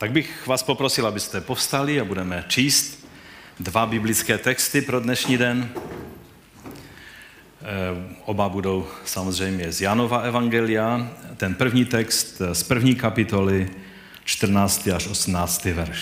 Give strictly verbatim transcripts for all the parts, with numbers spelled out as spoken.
Tak bych vás poprosil, abyste povstali a budeme číst dva biblické texty pro dnešní den. Oba budou samozřejmě z Janova evangelia. Ten první text z první kapitoly, čtrnáctý až osmnáctý verš.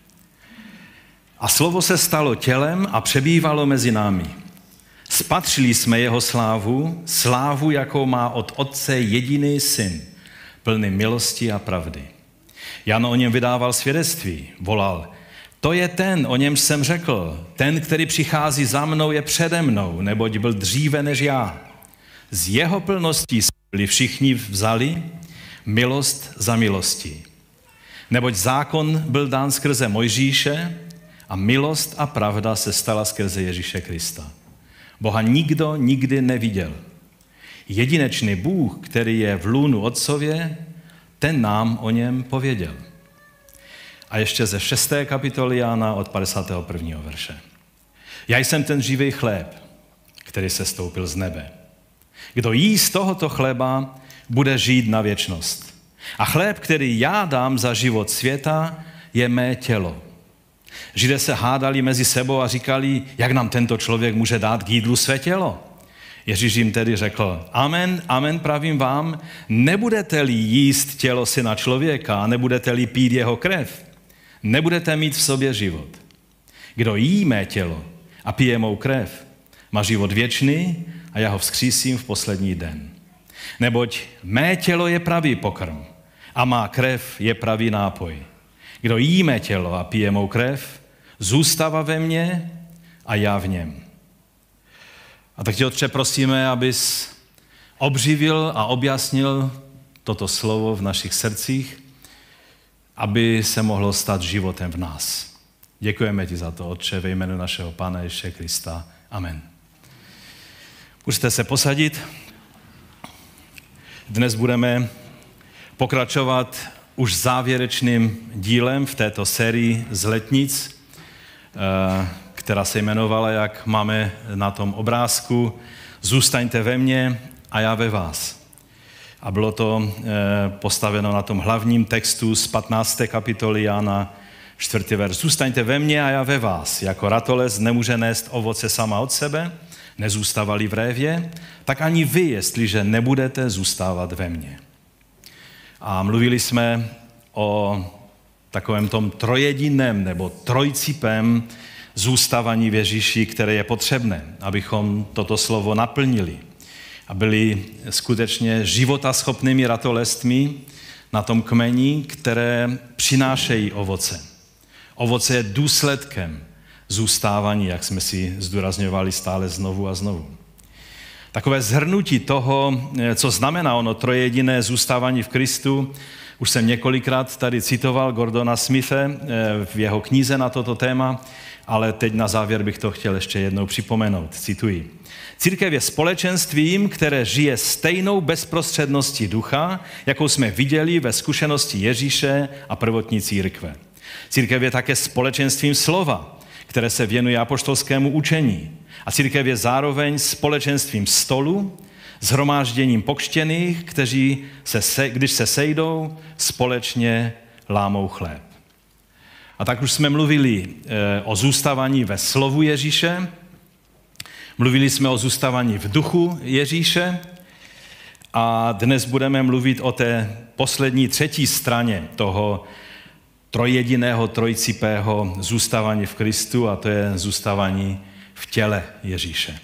A slovo se stalo tělem a přebývalo mezi námi. Spatřili jsme jeho slávu, slávu, jakou má od Otce jediný syn, plný milosti a pravdy. Jan o něm vydával svědectví, volal, to je ten, o němž jsem řekl, ten, který přichází za mnou, je přede mnou, neboť byl dříve než já. Z jeho plností byli všichni vzali milost za milostí. Neboť zákon byl dán skrze Mojžíše a milost a pravda se stala skrze Ježíše Krista. Boha nikdo nikdy neviděl. Jedinečný Bůh, který je v lůnu Otcově, ten nám o něm pověděl. A ještě ze šesté kapitoly Jana od padesátého prvního verše. Já jsem ten živý chléb, který se stoupil z nebe. Kdo jí z tohoto chleba, bude žít na věčnost. A chléb, který já dám za život světa, je mé tělo. Židé se hádali mezi sebou a říkali, jak nám tento člověk může dát k jídlu své tělo. Ježíš jim tedy řekl, amen, amen pravím vám, nebudete-li jíst tělo syna člověka, nebudete-li pít jeho krev, nebudete mít v sobě život. Kdo jí mé tělo a pije mou krev, má život věčný a já ho vzkřísím v poslední den. Neboť mé tělo je pravý pokrm a má krev je pravý nápoj. Kdo jí mé tělo a pije mou krev, zůstává ve mně a já v něm. A tak tě, Otče, prosíme, abys obživil a objasnil toto slovo v našich srdcích, aby se mohlo stát životem v nás. Děkujeme ti za to, Otče, ve jménu našeho Pána Ježíše Krista. Amen. Můžete se posadit. Dnes budeme pokračovat už závěrečným dílem v této sérii z letnic, která se jmenovala, jak máme na tom obrázku, Zůstaňte ve mně a já ve vás. A bylo to postaveno na tom hlavním textu z patnácté kapitoly Jana, čtvrtý verš. Zůstaňte ve mně a já ve vás. Jako ratolest nemůže nést ovoce sama od sebe, nezůstávali v révě, tak ani vy, jestliže nebudete zůstávat ve mně. A mluvili jsme o takovém tom trojedinném nebo trojcipém zůstávání v Ježíši, které je potřebné, abychom toto slovo naplnili a byli skutečně životaschopnými ratolestmi na tom kmeni, které přinášejí ovoce. Ovoce je důsledkem zůstávání, jak jsme si zdůrazňovali stále znovu a znovu. Takové shrnutí toho, co znamená ono trojjediné zůstávání v Kristu, už jsem několikrát tady citoval Gordona Smithe v jeho knize na toto téma, ale teď na závěr bych to chtěl ještě jednou připomenout. Cituji. Církev je společenstvím, které žije stejnou bezprostředností ducha, jakou jsme viděli ve zkušenosti Ježíše a prvotní církve. Církev je také společenstvím slova, které se věnuje apoštolskému učení. A církev je zároveň společenstvím stolu, shromážděním pokřtěných, kteří, se, když se sejdou, společně lámou chléb. A tak už jsme mluvili e, o zůstávání ve slovu Ježíše, mluvili jsme o zůstávání v duchu Ježíše a dnes budeme mluvit o té poslední třetí straně toho trojjediného, trojcipého zůstávání v Kristu a to je zůstávání v těle Ježíše.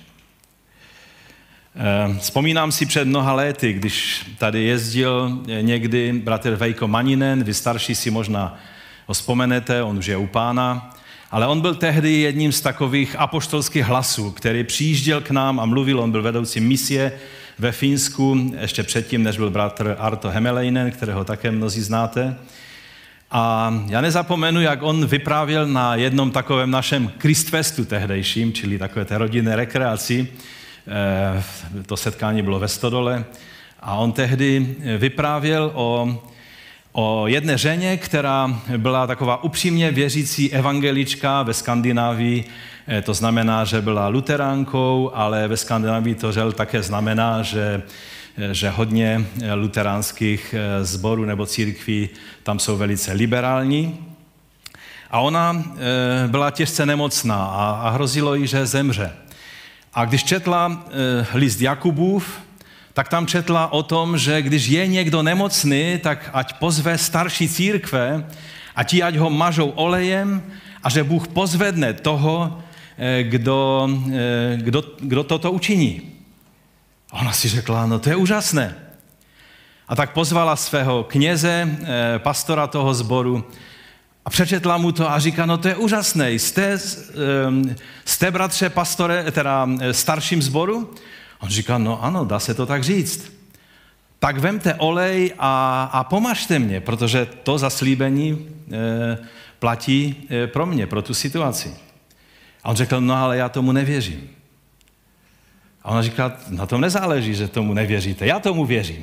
Vzpomínám si před mnoha lety, když tady jezdil někdy bratr Vejko Maninen, vy starší si možná ho vzpomenete, on už je u Pána, ale on byl tehdy jedním z takových apoštolských hlasů, který přijížděl k nám a mluvil, on byl vedoucí misie ve Finsku, ještě předtím, než byl bratr Arto Hemeleinen, kterého také mnozí znáte. A já nezapomenu, jak on vyprávěl na jednom takovém našem Kristfestu tehdejším, čili takové té rodinné rekreaci. To setkání bylo ve Stodole. A on tehdy vyprávěl o, o jedné ženě, která byla taková upřímně věřící evangelička ve Skandinávii. To znamená, že byla luteránkou, ale ve Skandinávii to žel také znamená, že že hodně luteránských sborů nebo církví tam jsou velice liberální. A ona byla těžce nemocná a hrozilo jí, že zemře. A když četla list Jakubův, tak tam četla o tom, že když je někdo nemocný, tak ať pozve starší církve a ti ať ho mažou olejem a že Bůh pozvedne toho, kdo, kdo, kdo toto učiní. A ona si řekla, no to je úžasné. A tak pozvala svého kněze, pastora toho sboru a přečetla mu to a říká, no to je úžasné. Jste, jste bratře pastore, teda starším sboru? On říká, no ano, dá se to tak říct. Tak vemte olej a, a pomažte mě, protože to zaslíbení e, platí e, pro mě, pro tu situaci. A on řekl, no ale já tomu nevěřím. A ona říká, na tom nezáleží, že tomu nevěříte, já tomu věřím.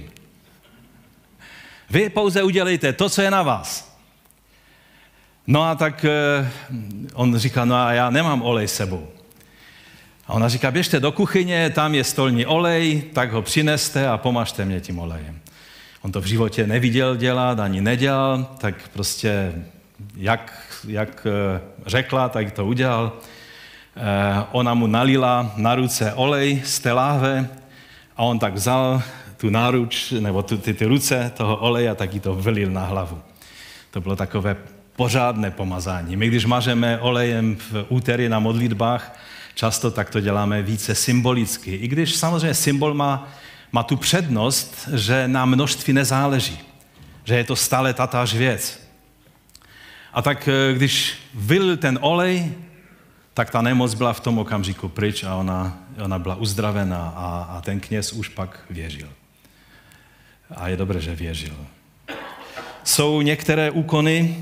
Vy pouze udělejte to, co je na vás. No a tak e, on říká, no a já nemám olej sebou. A ona říká, běžte do kuchyně, tam je stolní olej, tak ho přineste a pomažte mě tím olejem. On to v životě neviděl dělat, ani nedělal, tak prostě jak, jak řekla, tak to udělal. Ona mu nalila na ruce olej z té láhve a on tak vzal tu náruč, nebo tu, ty, ty ruce toho oleje a tak jí to vylil na hlavu. To bylo takové pořádné pomazání. My, když mažeme olejem v úterý na modlitbách, často tak to děláme více symbolicky. I když samozřejmě symbol má, má tu přednost, že na množství nezáleží. Že je to stále tatáž věc. A tak když vylil ten olej, tak ta nemoc byla v tom okamžiku pryč a ona, ona byla uzdravená a, a ten kněz už pak věřil. A je dobré, že věřil. Jsou některé úkony,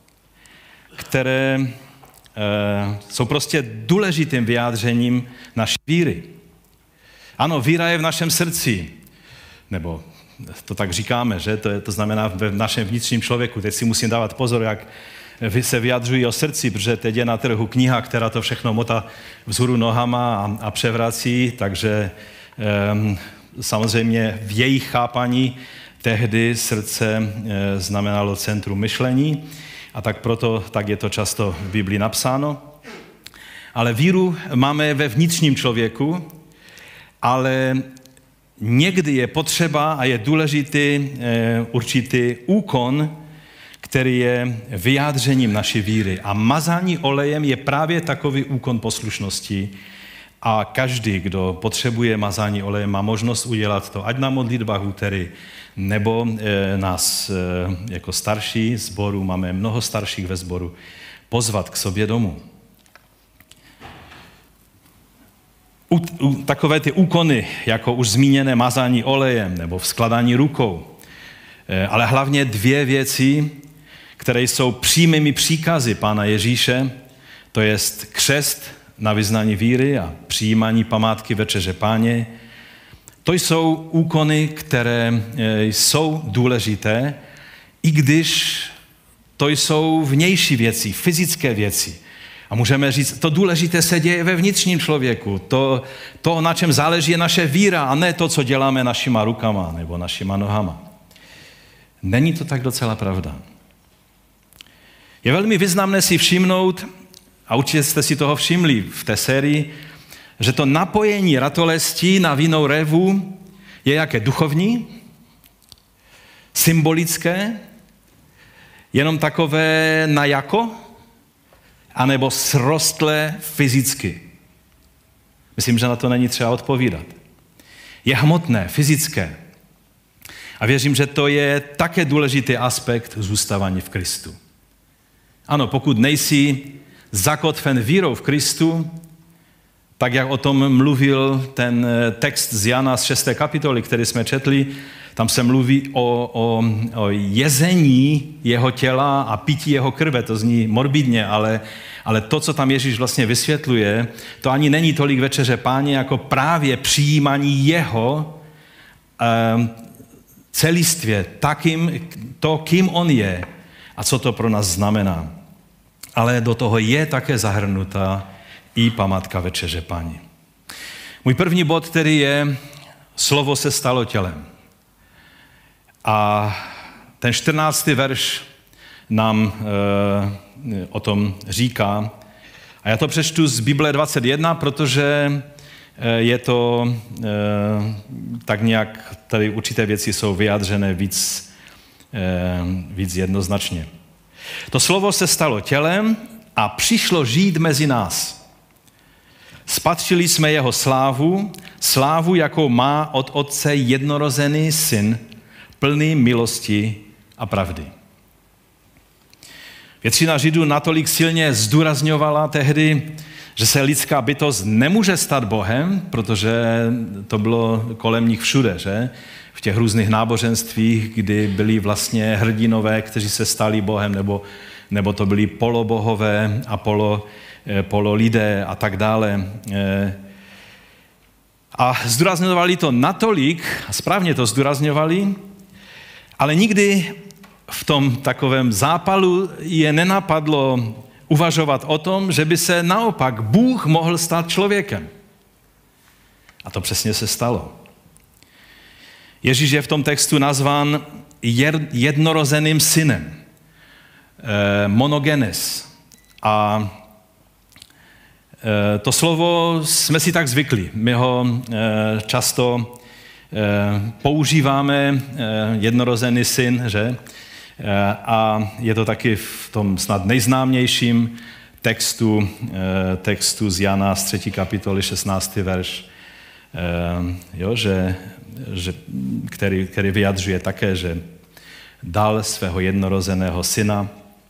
které jsou prostě důležitým vyjádřením naší víry. Ano, víra je v našem srdci, nebo to tak říkáme, že? To, je, to znamená v našem vnitřním člověku. Teď si musím dávat pozor, jak se vyjadřují o srdci, protože teď je na trhu kniha, která to všechno motá vzhůru nohama a, a převrací, takže um, samozřejmě v jejich chápaní tehdy srdce e, znamenalo centrum myšlení, a tak proto tak je to často v Biblii napsáno. Ale víru máme ve vnitřním člověku, ale někdy je potřeba a je důležitý e, určitý úkon, který je vyjádřením naší víry. A mazání olejem je právě takový úkon poslušnosti. A každý, kdo potřebuje mazání olejem, má možnost udělat to, ať na modlitbách úterý, nebo e, nás e, jako starší sboru, máme mnoho starších ve sboru, pozvat k sobě domů. U, u, takové ty úkony, jako už zmíněné mazání olejem nebo vzkladání rukou, e, ale hlavně dvě věci, které jsou přímými příkazy Pána Ježíše, to jest křest na vyznání víry a přijímání památky Večeře Páně. To jsou úkony, které jsou důležité, i když to jsou vnější věci, fyzické věci. A můžeme říct, to důležité se děje ve vnitřním člověku. To, to, na čem záleží, je naše víra a ne to, co děláme našima rukama nebo našima nohama. Není to tak docela pravda. Je velmi významné si všimnout, a určitě jste si toho všimli v té sérii, že to napojení ratolestí na vinnou révu je jaké duchovní, symbolické, jenom takové na jako, anebo srostlé fyzicky. Myslím, že na to není třeba odpovídat. Je hmotné, fyzické. A věřím, že to je také důležitý aspekt zůstávání v Kristu. Ano, pokud nejsi zakotven vírou v Kristu, tak jak o tom mluvil ten text z Jana z šesté kapitoly, který jsme četli, tam se mluví o, o, o jezení jeho těla a pití jeho krve. To zní morbidně, ale, ale to, co tam Ježíš vlastně vysvětluje, to ani není tolik Večeře Páně, jako právě přijímání jeho um, celistvě, takým, to, kým on je a co to pro nás znamená. Ale do toho je také zahrnuta i památka Večeře Páně. Můj první bod, který je Slovo se stalo tělem. A ten čtrnáctý verš nám e, o tom říká. A já to přečtu z Bible dvacet jedna, protože je to e, tak nějak, tady určité věci jsou vyjádřené víc, e, víc jednoznačně. To slovo se stalo tělem a přišlo žít mezi nás. Spatřili jsme jeho slávu, slávu, jakou má od Otce jednorozený syn, plný milosti a pravdy. Většina Židů natolik silně zdůrazňovala tehdy, že se lidská bytost nemůže stát Bohem, protože to bylo kolem nich všude, že? V těch různých náboženstvích, kdy byli vlastně hrdinové, kteří se stali Bohem, nebo, nebo to byli polobohové a polo, pololidé a tak dále. A zdůrazňovali to natolik, a správně to zdůrazňovali, ale nikdy v tom takovém zápalu je nenapadlo uvažovat o tom, že by se naopak Bůh mohl stát člověkem. A to přesně se stalo. Ježíš je v tom textu nazván jednorozeným synem. Monogenes. A to slovo jsme si tak zvykli. My ho často používáme, jednorozený syn, že? A je to taky v tom snad nejznámějším textu, textu z Jana z třetí kapitoly šestnáctý verš, jo, že, že, který, který vyjadřuje také, že dal svého jednorozeného syna.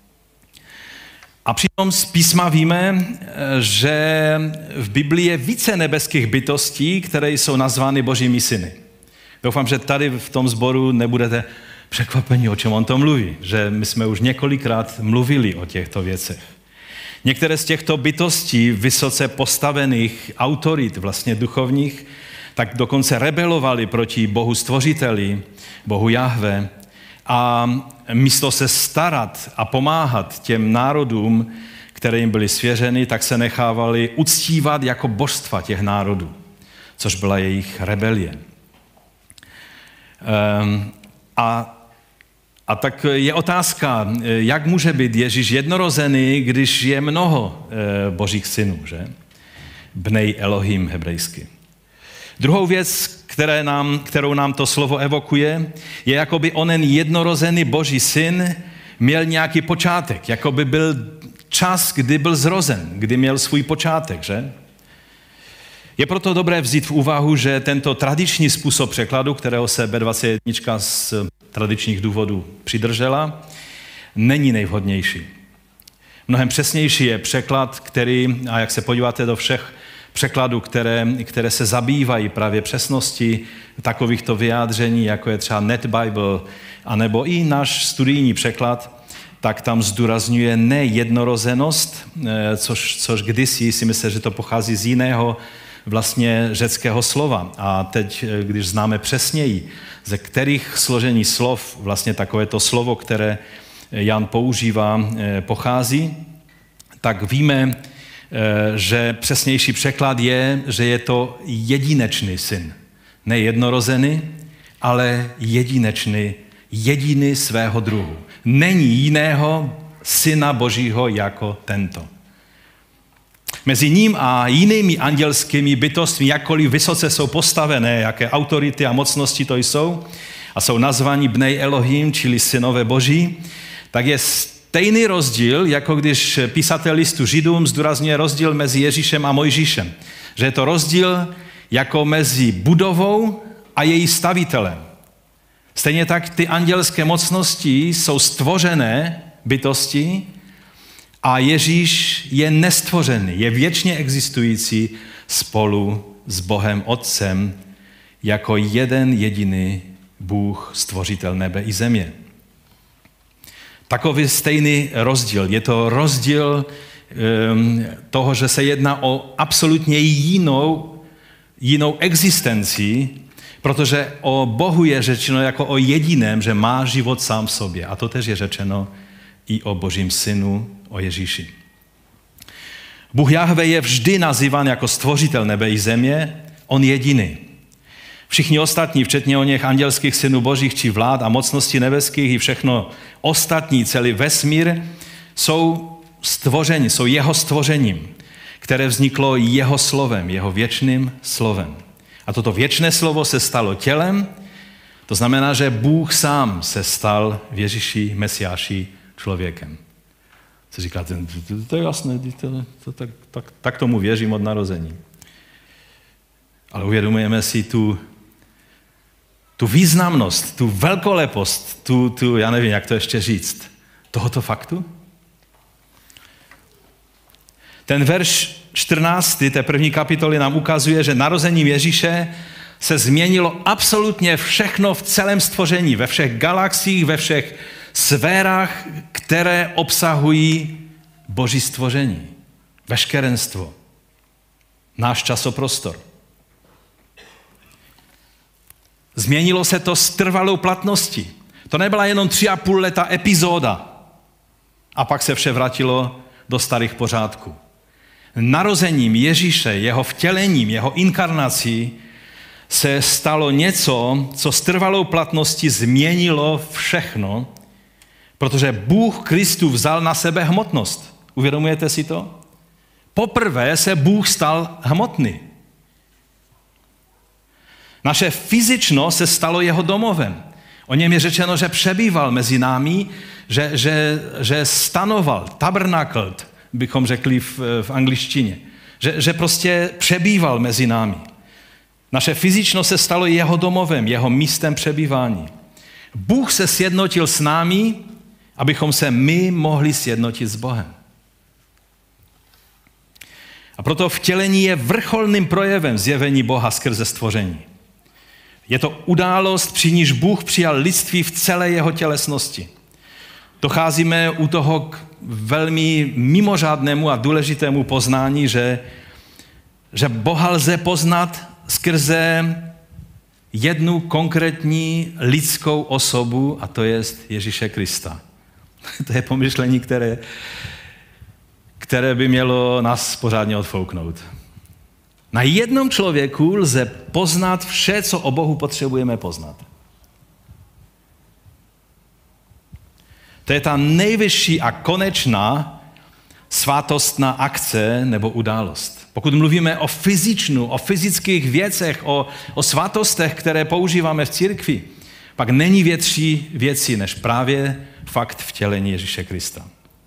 A přitom z písma víme, že v Biblii je více nebeských bytostí, které jsou nazvány božími syny. Doufám, že tady v tom sboru nebudete překvapení, o čem on to mluví, že my jsme už několikrát mluvili o těchto věcech. Některé z těchto bytostí, vysoce postavených autorit, vlastně duchovních, tak dokonce rebelovali proti Bohu stvořiteli, Bohu Jahve, a místo se starat a pomáhat těm národům, které jim byly svěřeny, tak se nechávali uctívat jako božstva těch národů, což byla jejich rebelie. Um, a A tak je otázka, jak může být Ježíš jednorozený, když je mnoho e, božích synů, že? Bnej Elohim hebrejsky. Druhou věc, které nám, kterou nám to slovo evokuje, je, jako by onen jednorozený boží syn měl nějaký počátek, jako by byl čas, kdy byl zrozen, kdy měl svůj počátek, že? Je proto dobré vzít v úvahu, že tento tradiční způsob překladu, kterého se bé dvacet jedna z tradičních důvodů přidržela, není nejvhodnější. Mnohem přesnější je překlad, který, a jak se podíváte do všech překladů, které, které se zabývají právě přesnosti takovýchto vyjádření, jako je třeba Net Bible, anebo i náš studijní překlad, tak tam zdůrazňuje nejednorozenost, což, což kdysi si myslím, že to pochází z jiného vlastně řeckého slova. A teď, když známe přesněji, ze kterých složení slov vlastně takovéto slovo, které Jan používá, pochází, tak víme, že přesnější překlad je, že je to jedinečný syn. Ne jednorozený, ale jedinečný, jediný svého druhu. Není jiného syna Božího jako tento. Mezi ním a jinými andělskými bytostmi, jakkoliv vysoce jsou postavené, jaké autority a mocnosti to jsou, a jsou nazváni Bnej Elohim, čili synové Boží, tak je stejný rozdíl, jako když písatel listu Židům zdůrazňuje rozdíl mezi Ježíšem a Mojžíšem. Že je to rozdíl jako mezi budovou a její stavitelem. Stejně tak ty andělské mocnosti jsou stvořené bytosti, a Ježíš je nestvořený, je věčně existující spolu s Bohem Otcem jako jeden jediný Bůh, stvořitel nebe i země. Takový stejný rozdíl. Je to rozdíl um, toho, že se jedná o absolutně jinou, jinou existenci, protože o Bohu je řečeno jako o jediném, že má život sám v sobě. A to tež je řečeno i o Božím synu, o Ježíši. Bůh Jahve je vždy nazýván jako stvořitel nebe i země, on jediný. Všichni ostatní, včetně o něch andělských synů božích či vlád a mocností nebeských i všechno ostatní, celý vesmír, jsou stvoření, jsou jeho stvořením, které vzniklo jeho slovem, jeho věčným slovem. A toto věčné slovo se stalo tělem, to znamená, že Bůh sám se stal v Ježíši Mesiáši člověkem. Co říkáte, to, to je jasné, to, to, tak, tak, tak tomu věřím od narození. Ale uvědomujeme si tu, tu významnost, tu velkolepost, tu, tu, já nevím, jak to ještě říct, tohoto faktu? Ten verš čtrnáctý té první kapitoly nám ukazuje, že narozením Ježíše se změnilo absolutně všechno v celém stvoření, ve všech galaxiích, ve všech sférách, které obsahují Boží stvoření. Veškerenstvo. Náš časoprostor. Změnilo se to s trvalou platností. To nebyla jenom tři a půl leta epizoda a pak se vše vrátilo do starých pořádků. Narozením Ježíše, jeho vtělením, jeho inkarnací se stalo něco, co s trvalou platností změnilo všechno, protože Bůh Kristus vzal na sebe hmotnost. Uvědomujete si to? Poprvé se Bůh stal hmotný. Naše fyzično se stalo jeho domovem. O něm je řečeno, že přebýval mezi námi, že, že, že stanoval, tabernakled, bychom řekli v, v angličtině. Že, že prostě přebýval mezi námi. Naše fyzično se stalo jeho domovem, jeho místem přebývání. Bůh se sjednotil s námi, abychom se my mohli sjednotit s Bohem. A proto vtělení je vrcholným projevem zjevení Boha skrze stvoření. Je to událost, při níž Bůh přijal lidství v celé jeho tělesnosti. Docházíme u toho k velmi mimořádnému a důležitému poznání, že, že Boha lze poznat skrze jednu konkrétní lidskou osobu, a to je Ježíše Krista. To je pomyšlení, které, které by mělo nás pořádně odfouknout. Na jednom člověku lze poznat vše, co o Bohu potřebujeme poznat. To je ta nejvyšší a konečná svátostná akce nebo událost. Pokud mluvíme o fyzičnu, o fyzických věcech, o, o svátostech, které používáme v církvi, pak není větší věci než právě fakt vtělení Ježíše Krista.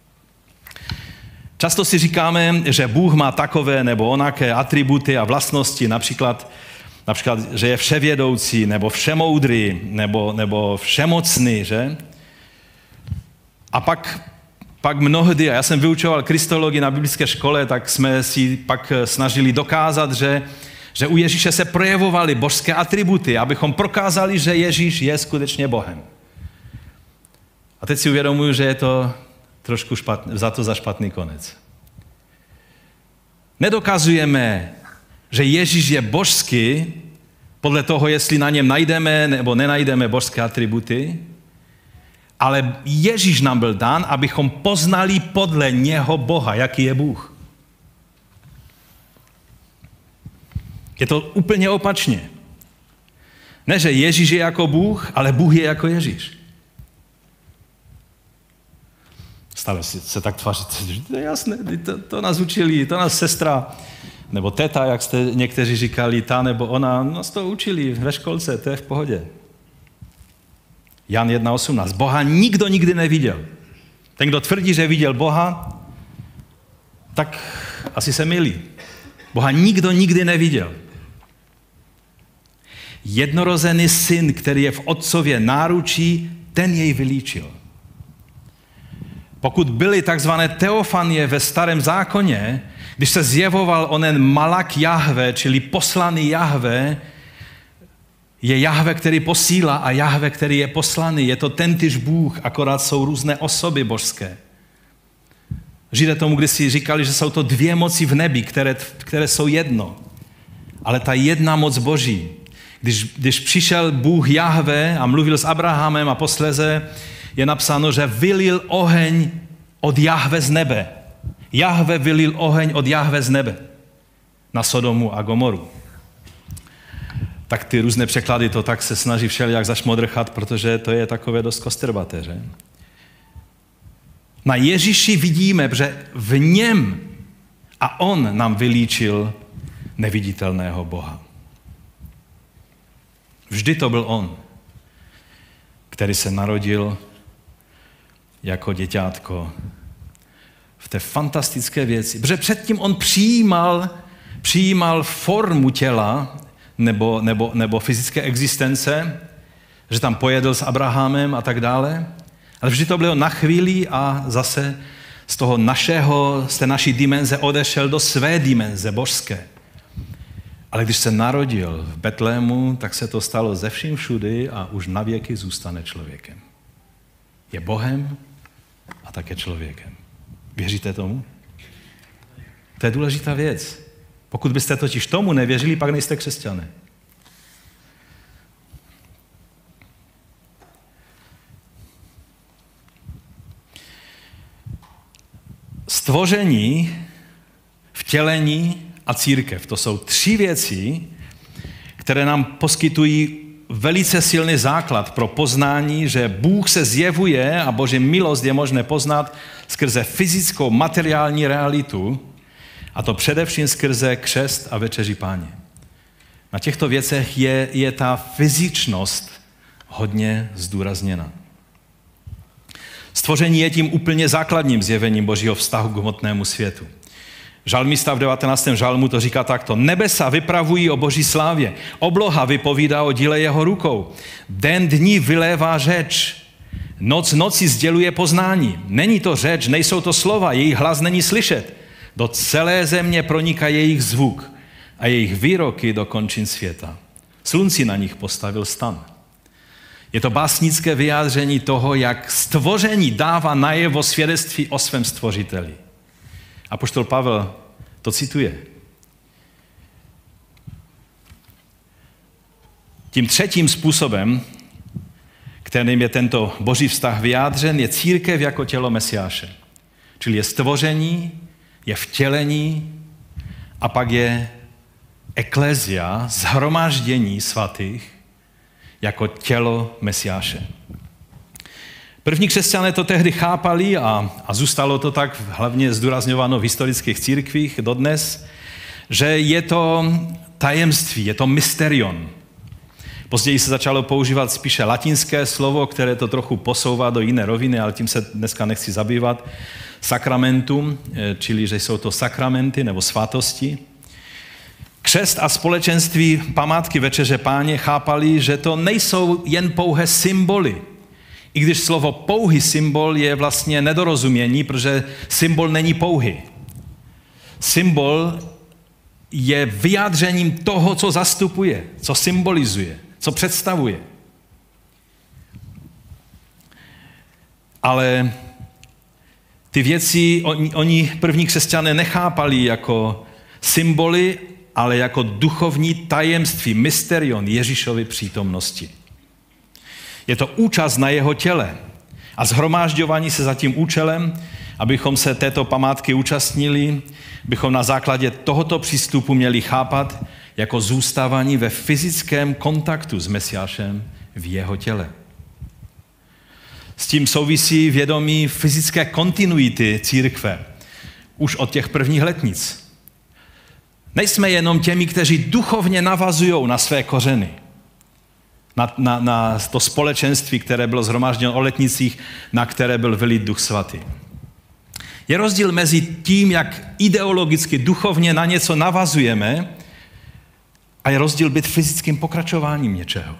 Často si říkáme, že Bůh má takové nebo onaké atributy a vlastnosti, například, například že je vševědoucí, nebo všemoudrý, nebo, nebo všemocný, že? A pak, pak mnohdy, a já jsem vyučoval kristologii na biblické škole, tak jsme si pak snažili dokázat, že, že u Ježíše se projevovaly božské atributy, abychom prokázali, že Ježíš je skutečně Bohem. A teď si uvědomuji, že je to trošku špatný, za to za špatný konec. Nedokazujeme, že Ježíš je božský podle toho, jestli na něm najdeme nebo nenajdeme božské atributy, ale Ježíš nám byl dán, abychom poznali podle něho Boha, jaký je Bůh. Je to úplně opačně. Ne, že Ježíš je jako Bůh, ale Bůh je jako Ježíš. Stále si se tak tváříte, že to je jasné, to, to nás učili, to nás sestra, nebo teta, jak jste někteří říkali, ta nebo ona, nás to učili ve školce, to je v pohodě. Jan jedna osmnáct. Boha nikdo nikdy neviděl. Ten, kdo tvrdí, že viděl Boha, tak asi se mylí. Boha nikdo nikdy neviděl. Jednorozený syn, který je v otcově náručí, ten jej vylíčil. Pokud byly takzvané teofanie ve starém zákoně, když se zjevoval onen malak Jahve, čili poslaný Jahve, je Jahve, který posílá a Jahve, který je poslaný. Je to tentýž Bůh, akorát jsou různé osoby božské. Židé tomu kdysi říkali, že jsou to dvě moci v nebi, které, které jsou jedno. Ale ta jedna moc Boží, když, když přišel Bůh Jahve a mluvil s Abrahamem a posléze je napsáno, že vylil oheň od Jahve z nebe. Jahve vylil oheň od Jahve z nebe na Sodomu a Gomoru. tak ty různé překlady to tak se snaží všelijak zašmodrchat, protože to je takové dost kostrbaté, že? Na Ježíši vidíme, že v něm a on nám vylíčil neviditelného Boha. Vždy to byl on, který se narodil jako děťátko v té fantastické věci. Protože předtím on přijímal, přijímal formu těla nebo, nebo, nebo fyzické existence, že tam pojedl s Abrahamem a tak dále, ale vždy to bylo na chvíli a zase z toho našeho, z té naší dimenze odešel do své dimenze božské. Ale když se narodil v Betlému, tak se to stalo ze vším všudy a už na věky zůstane člověkem. Je Bohem a také člověkem. Věříte tomu? To je důležitá věc. Pokud byste totiž tomu nevěřili, pak nejste křesťané. Stvoření, vtělení a církev. To jsou tři věci, které nám poskytují velice silný základ pro poznání, že Bůh se zjevuje a Boží milost je možné poznat skrze fyzickou materiální realitu, a to především skrze křest a večeři Páně. Na těchto věcech je, je ta fyzičnost hodně zdůrazněna. Stvoření je tím úplně základním zjevením Božího vztahu k hmotnému světu. Žalmista v devatenáctém žalmu to říká takto. Nebesa vypravují o Boží slávě, obloha vypovídá o díle jeho rukou. Den dní vylévá řeč, noc noci sděluje poznání. Není to řeč, nejsou to slova, jejich hlas není slyšet. Do celé země proniká jejich zvuk a jejich výroky do končin světa. Slunci na nich postavil stan. Je to básnické vyjádření toho, jak stvoření dává najevo svědectví o svém stvořiteli. Apoštol Pavel to cituje. Tím třetím způsobem, kterým je tento boží vztah vyjádřen, je církev jako tělo Mesiáše. Čili je stvoření, je vtělení a pak je eklezia, shromáždění svatých, jako tělo Mesiáše. První křesťané to tehdy chápali a, a zůstalo to tak hlavně zdůrazňováno v historických církvích dodnes, že je to tajemství, je to mysterion. Později se začalo používat spíše latinské slovo, které to trochu posouvá do jiné roviny, ale tím se dneska nechci zabývat. Sakramentum, čili že jsou to sakramenty nebo svatosti. Křest a společenství památky Večeře Páně chápali, že to nejsou jen pouhé symboly. I když slovo pouhý symbol je vlastně nedorozumění, protože symbol není pouhý. Symbol je vyjádřením toho, co zastupuje, co symbolizuje, co představuje. Ale ty věci oni, oni první křesťané nechápali jako symboly, ale jako duchovní tajemství, mysterion Ježíšovy přítomnosti. Je to účast na jeho těle a shromážďování se za tím účelem, abychom se této památky účastnili, bychom na základě tohoto přístupu měli chápat jako zůstávání ve fyzickém kontaktu s Mesiášem v jeho těle. S tím souvisí vědomí fyzické kontinuity církve už od těch prvních letnic. Nejsme jenom těmi, kteří duchovně navazují na své kořeny, na, na, na to společenství, které bylo shromážděno o letnicích, na které byl vylít Duch Svatý. Je rozdíl mezi tím, jak ideologicky, duchovně na něco navazujeme, a je rozdíl být fyzickým pokračováním něčeho.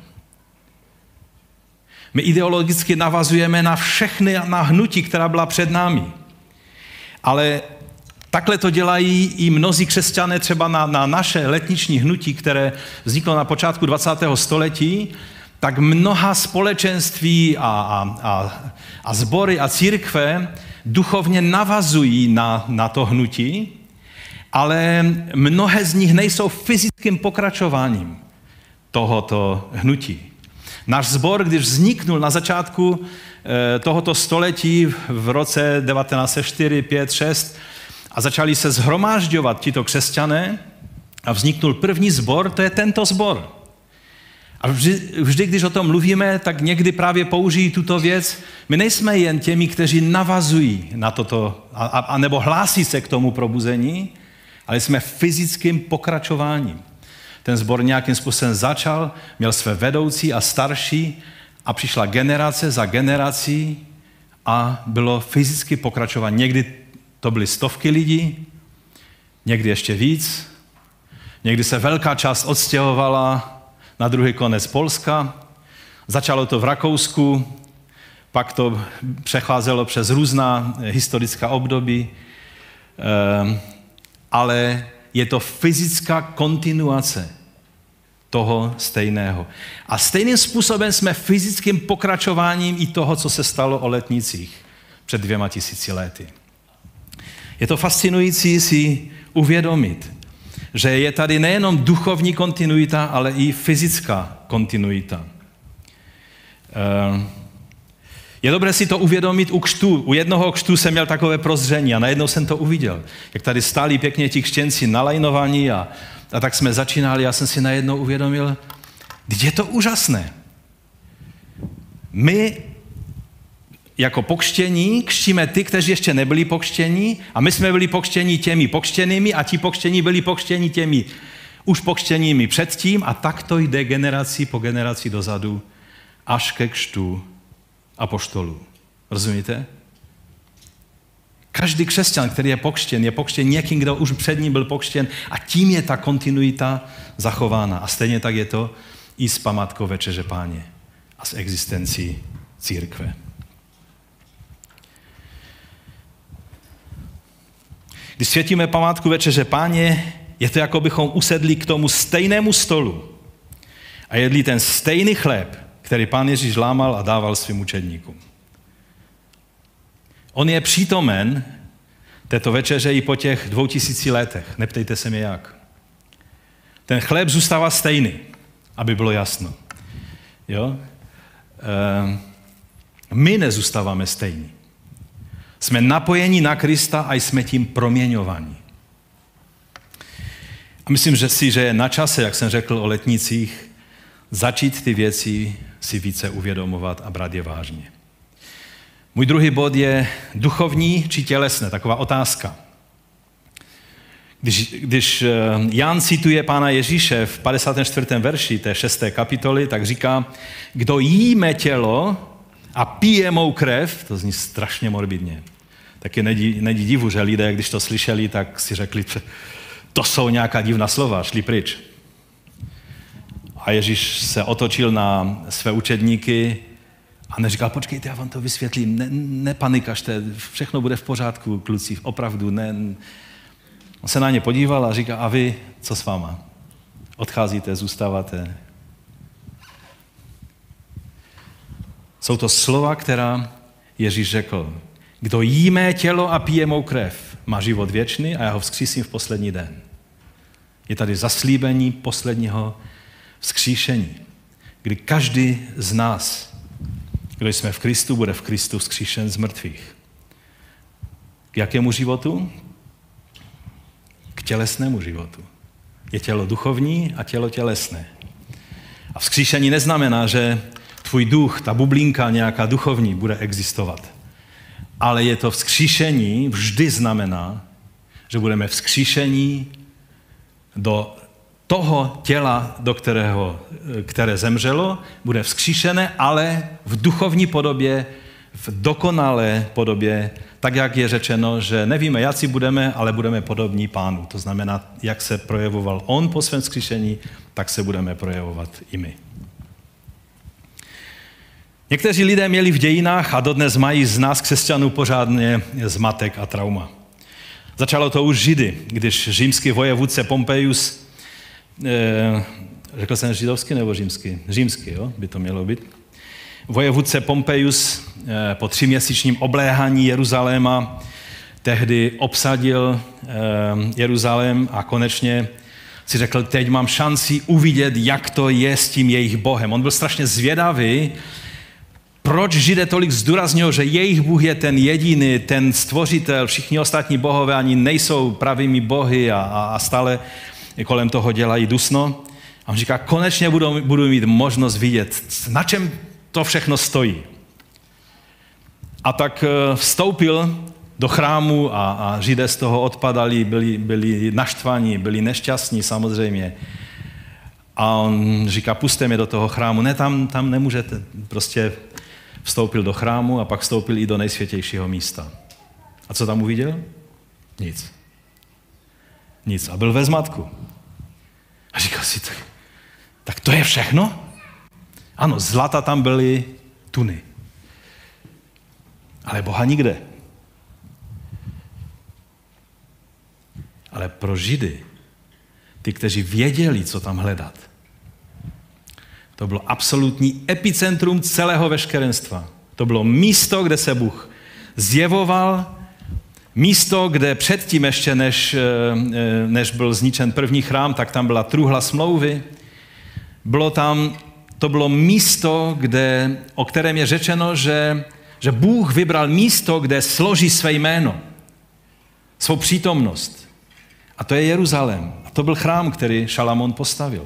My ideologicky navazujeme na všechny na hnutí, která byla před námi. Ale takhle to dělají i mnozí křesťané třeba na, na naše letniční hnutí, které vzniklo na počátku dvacátého století, tak mnoha společenství a, a, a, a sbory a církve duchovně navazují na, na to hnutí, ale mnohé z nich nejsou fyzickým pokračováním tohoto hnutí. Náš sbor, když vzniknul na začátku tohoto století v roce devatenáct set čtyři, pět, šest a začali se shromážďovat tito křesťané a vzniknul první sbor, to je tento sbor. A vždy, vždy, když o tom mluvíme, tak někdy právě použijí tuto věc. My nejsme jen těmi, kteří navazují na toto, a, a nebo hlásí se k tomu probuzení, ale jsme fyzickým pokračováním. Ten sbor nějakým způsobem začal, měl své vedoucí a starší a přišla generace za generací a bylo fyzicky pokračování. Někdy to byly stovky lidí, někdy ještě víc, někdy se velká část odstěhovala na druhý konec Polska. Začalo to v Rakousku, pak to přecházelo přes různá historická období, ale je to fyzická kontinuace toho stejného. A stejným způsobem jsme fyzickým pokračováním i toho, co se stalo o letnicích před dvěma tisíci lety. Je to fascinující si uvědomit, že je tady nejenom duchovní kontinuita, ale i fyzická kontinuita. Je dobré si to uvědomit u křtu. U jednoho křtu jsem měl takové prozření a najednou jsem to uviděl. Jak tady stáli pěkně ti křtěnci nalajnovaní a, a tak jsme začínali. Já jsem si najednou uvědomil, když je to úžasné. My jako pokřtění křtíme ty, kteří ještě nebyli pokřtění a my jsme byli pokřtění těmi pokřtěnými a ti pokřtění byli pokřtění těmi už pokřtěními předtím a tak to jde generací po generaci dozadu až ke křtu apoštolů. Rozumíte? Každý křesťan, který je pokřtěn, je pokřtěn někým, kdo už před ním byl pokřtěn a tím je ta kontinuita zachována. A stejně tak je to i s památkou Večeře Páně a s existencí církve. Když světíme památku Večeře Páně, je to, jako bychom usedli k tomu stejnému stolu a jedli ten stejný chléb, který Pán Ježíš lámal a dával svým učedníkům. On je přítomen této večeře i po těch dvou tisíci letech. Neptejte se mě jak. Ten chléb zůstává stejný, aby bylo jasno. Jo? E, my nezůstáváme stejní. Jsme napojeni na Krista a jsme tím proměňováni. A myslím, že si, že je na čase, jak jsem řekl o letnicích, začít ty věci si více uvědomovat a brát je vážně. Můj druhý bod je duchovní či tělesné, taková otázka. Když, když Jan cituje Pána Ježíše v padesátém čtvrtém verši té šesté kapitoly, tak říká, kdo jí mé tělo a pije mou krev, to zní strašně morbidně. Taky nedí, nedí divu, že lidé, když to slyšeli, tak si řekli, to jsou nějaká divná slova, šli pryč. A Ježíš se otočil na své učedníky a neříkal, počkejte, já vám to vysvětlím, ne, nepanikažte, všechno bude v pořádku, kluci, opravdu, ne. On se na ně podíval a říká, a vy, co s váma? Odcházíte, zůstáváte? Jsou to slova, která Ježíš řekl, kdo jí mé tělo a pije mou krev, má život věčný a já ho vzkřísím v poslední den. Je tady zaslíbení posledního vzkříšení, kdy každý z nás, kdo jsme v Kristu, bude v Kristu vzkříšen z mrtvých. K jakému životu? K tělesnému životu. Je tělo duchovní a tělo tělesné. A vzkříšení neznamená, že tvůj duch, ta bublinka nějaká duchovní, bude existovat. Ale je to vzkříšení, vždy znamená, že budeme vzkříšení do toho těla, do kterého, které zemřelo, bude vzkříšené, ale v duchovní podobě, v dokonalé podobě, tak, jak je řečeno, že nevíme, jací budeme, ale budeme podobní Pánu. To znamená, jak se projevoval on po svém vzkříšení, tak se budeme projevovat i my. Někteří lidé měli v dějinách a dodnes mají z nás křesťanů pořádně zmatek a trauma. Začalo to už Židy, když římský vojevůdce Pompejus, eh, řekl jsem židovský nebo římský? Římský, jo, by to mělo být. Vojevůdce Pompejus eh, po tříměsíčním obléhání Jeruzaléma tehdy obsadil eh, Jeruzalém a konečně si řekl, teď mám šanci uvidět, jak to je s tím jejich Bohem. On byl strašně zvědavý, proč Židé tolik zdůraznil, že jejich Bůh je ten jediný, ten stvořitel, všichni ostatní bohové ani nejsou pravými bohy a, a stále kolem toho dělají dusno. A on říká, konečně budu, budu mít možnost vidět, na čem to všechno stojí. A tak vstoupil do chrámu a, a Židé z toho odpadali, byli, byli naštvaní, byli nešťastní samozřejmě. A on říká, pusťte mě do toho chrámu. Ne, tam, tam nemůžete. Prostě vstoupil do chrámu a pak vstoupil i do nejsvětějšího místa. A co tam uviděl? Nic. Nic. A byl ve zmatku. A říkal si, tak, tak to je všechno? Ano, zlata tam byly tuny. Ale Boha nikde. Ale pro Židy, ty, kteří věděli, co tam hledat, to bylo absolutní epicentrum celého veškerenstva. To bylo místo, kde se Bůh zjevoval, místo, kde předtím ještě, než, než byl zničen první chrám, tak tam byla truhla smlouvy. Bylo tam, to bylo místo, kde, o kterém je řečeno, že, že Bůh vybral místo, kde složí své jméno, svou přítomnost. A to je Jeruzalém. A to byl chrám, který Šalamón postavil.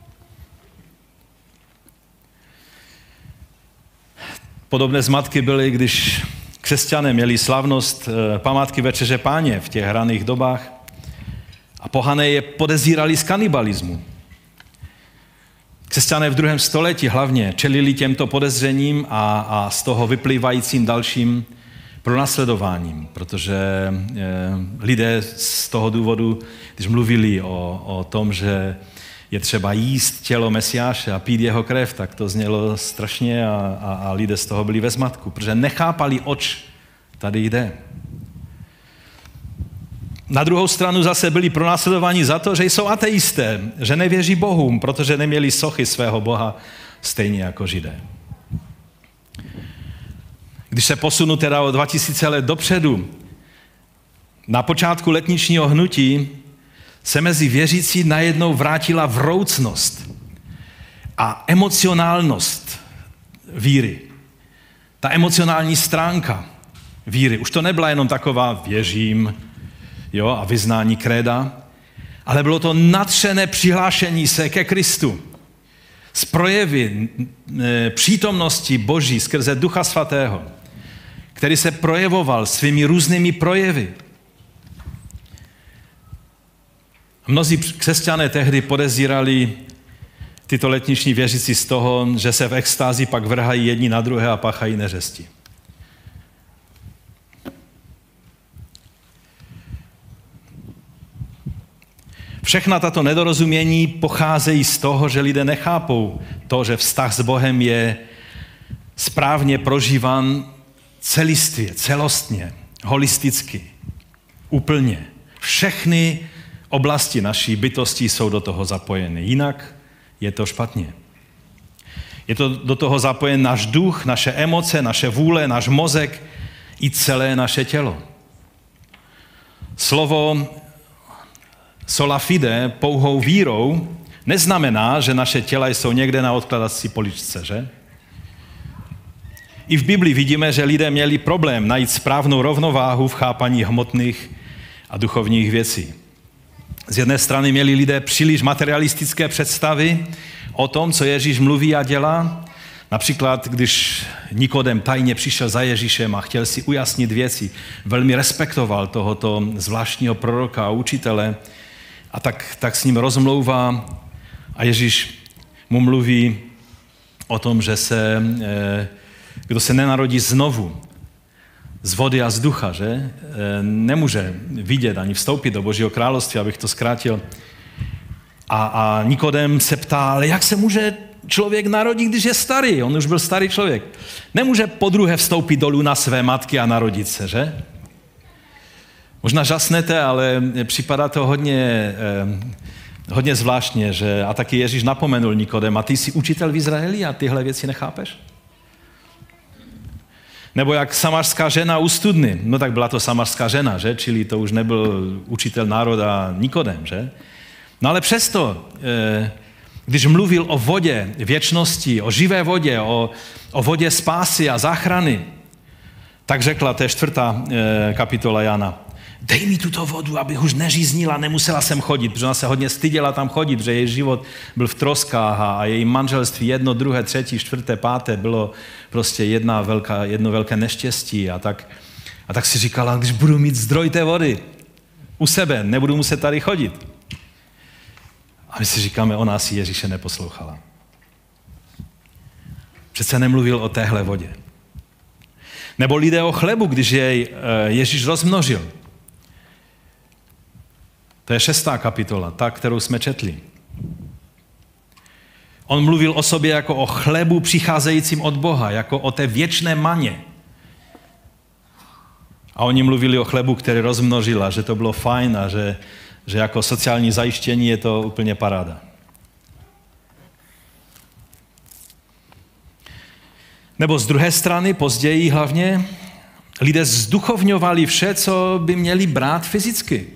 Podobné zmatky byly, když křesťané měli slavnost památky Večeře Páně v těch hraných dobách a pohané je podezírali z kanibalismu. Křesťané v druhém století hlavně čelili těmto podezřením a, a z toho vyplývajícím dalším pronásledováním, protože eh, lidé z toho důvodu, když mluvili o, o tom, že je třeba jíst tělo Mesiáše a pít jeho krev, tak to znělo strašně a, a, a lidé z toho byli ve zmatku, protože nechápali, oč tady jde. Na druhou stranu zase byli pronásledováni za to, že jsou ateisté, že nevěří Bohům, protože neměli sochy svého Boha stejně jako Židé. Když se posunu teda o dva tisíce let dopředu, na počátku letničního hnutí se mezi věřící najednou vrátila vroucnost a emocionálnost víry. Ta emocionální stránka víry. Už to nebyla jenom taková věřím, jo, a vyznání kréda, ale bylo to nadšené přihlášení se ke Kristu z projevy e, přítomnosti Boží skrze Ducha Svatého, který se projevoval svými různými projevy. Mnozí křesťané tehdy podezírali tyto letniční věřící z toho, že se v extázi pak vrhají jedni na druhé a páchají neřesti. Všechna tato nedorozumění pocházejí z toho, že lidé nechápou to, že vztah s Bohem je správně prožíván celistvě, celostně, holisticky, úplně. Všechny oblasti naší bytosti jsou do toho zapojeny. Jinak je to špatně. Je to do toho zapojen náš duch, naše emoce, naše vůle, náš mozek i celé naše tělo. Slovo sola fide, pouhou vírou, neznamená, že naše těla jsou někde na odkladací poličce, že? I v Biblii vidíme, že lidé měli problém najít správnou rovnováhu v chápaní hmotných a duchovních věcí. Z jedné strany měli lidé příliš materialistické představy o tom, co Ježíš mluví a dělá. Například, když Nikodem tajně přišel za Ježíšem a chtěl si ujasnit věci, velmi respektoval tohoto zvláštního proroka a učitele a tak, tak s ním rozmlouvá a Ježíš mu mluví o tom, že se, kdo se nenarodí znovu z vody a z ducha, že nemůže vidět ani vstoupit do Božího království, abych to zkrátil. A, a Nikodem se ptá, ale jak se může člověk narodit, když je starý? On už byl starý člověk. Nemůže podruhé vstoupit dolů na své matky a narodit se, že? Možná žasnete, ale připadá to hodně, eh, hodně zvláštně, že a taky Ježíš napomenul Nikodem, a ty jsi učitel v Izraeli a tyhle věci nechápeš? Nebo jak samařská žena u studny. No tak byla to samařská žena, že? Čili to už nebyl učitel národa Nikodem, že? No ale přesto, eh, když mluvil o vodě věčnosti, o živé vodě, o, o vodě spásy a záchrany, tak řekla, to je čtvrtá eh, kapitola Jana, dej mi tuto vodu, abych už neříznila, nemusela jsem chodit, protože ona se hodně styděla tam chodit, že její život byl v troskách a její manželství jedno, druhé, třetí, čtvrté, páté bylo prostě jedna velká, jedno velké neštěstí a tak, a tak si říkala, když budu mít zdroj té vody u sebe, nebudu muset tady chodit. A my si říkáme, ona si Ježíše neposlouchala. Přece nemluvil o téhle vodě. Nebo lidé o chlebu, když jej Ježíš rozmnožil. To je šestá kapitola, ta, kterou jsme četli. On mluvil o sobě jako o chlebu přicházejícím od Boha, jako o té věčné maně. A oni mluvili o chlebu, který rozmnožila, že to bylo fajn a že, že jako sociální zajištění je to úplně paráda. Nebo z druhé strany, později hlavně, lidé zduchovňovali vše, co by měli brát fyzicky.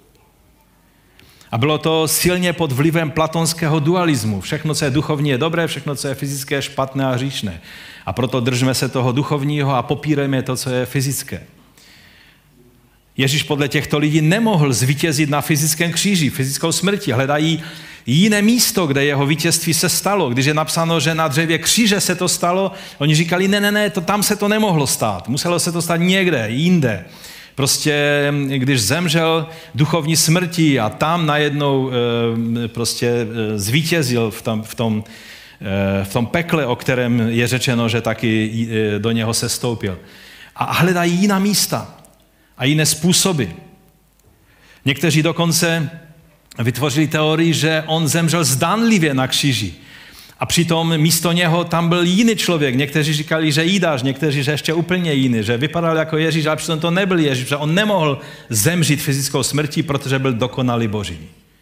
A bylo to silně pod vlivem platonského dualismu. Všechno, co je duchovní, je dobré, všechno, co je fyzické, je špatné a hříšné. A proto držme se toho duchovního a popírejme to, co je fyzické. Ježíš podle těchto lidí nemohl zvítězit na fyzickém kříži, fyzickou smrti. Hledají jiné místo, kde jeho vítězství se stalo. Když je napsáno, že na dřevě kříže se to stalo, oni říkali, ne, ne, ne, to, tam se to nemohlo stát. Muselo se to stát někde, jinde. Prostě, když zemřel duchovní smrti a tam najednou e, prostě e, zvítězil v tom, v, tom, e, v tom pekle, o kterém je řečeno, že taky e, do něho se stoupil. A hledají jiná místa a jiné způsoby. Někteří dokonce vytvořili teorii, že on zemřel zdánlivě na kříži. A přitom místo něho tam byl jiný člověk. Někteří říkali, že Jidáš, někteří, že ještě úplně jiný, že vypadal jako Ježíš, ale přitom to nebyl Ježíš, že on nemohl zemřít fyzickou smrtí, protože byl dokonalý Boží.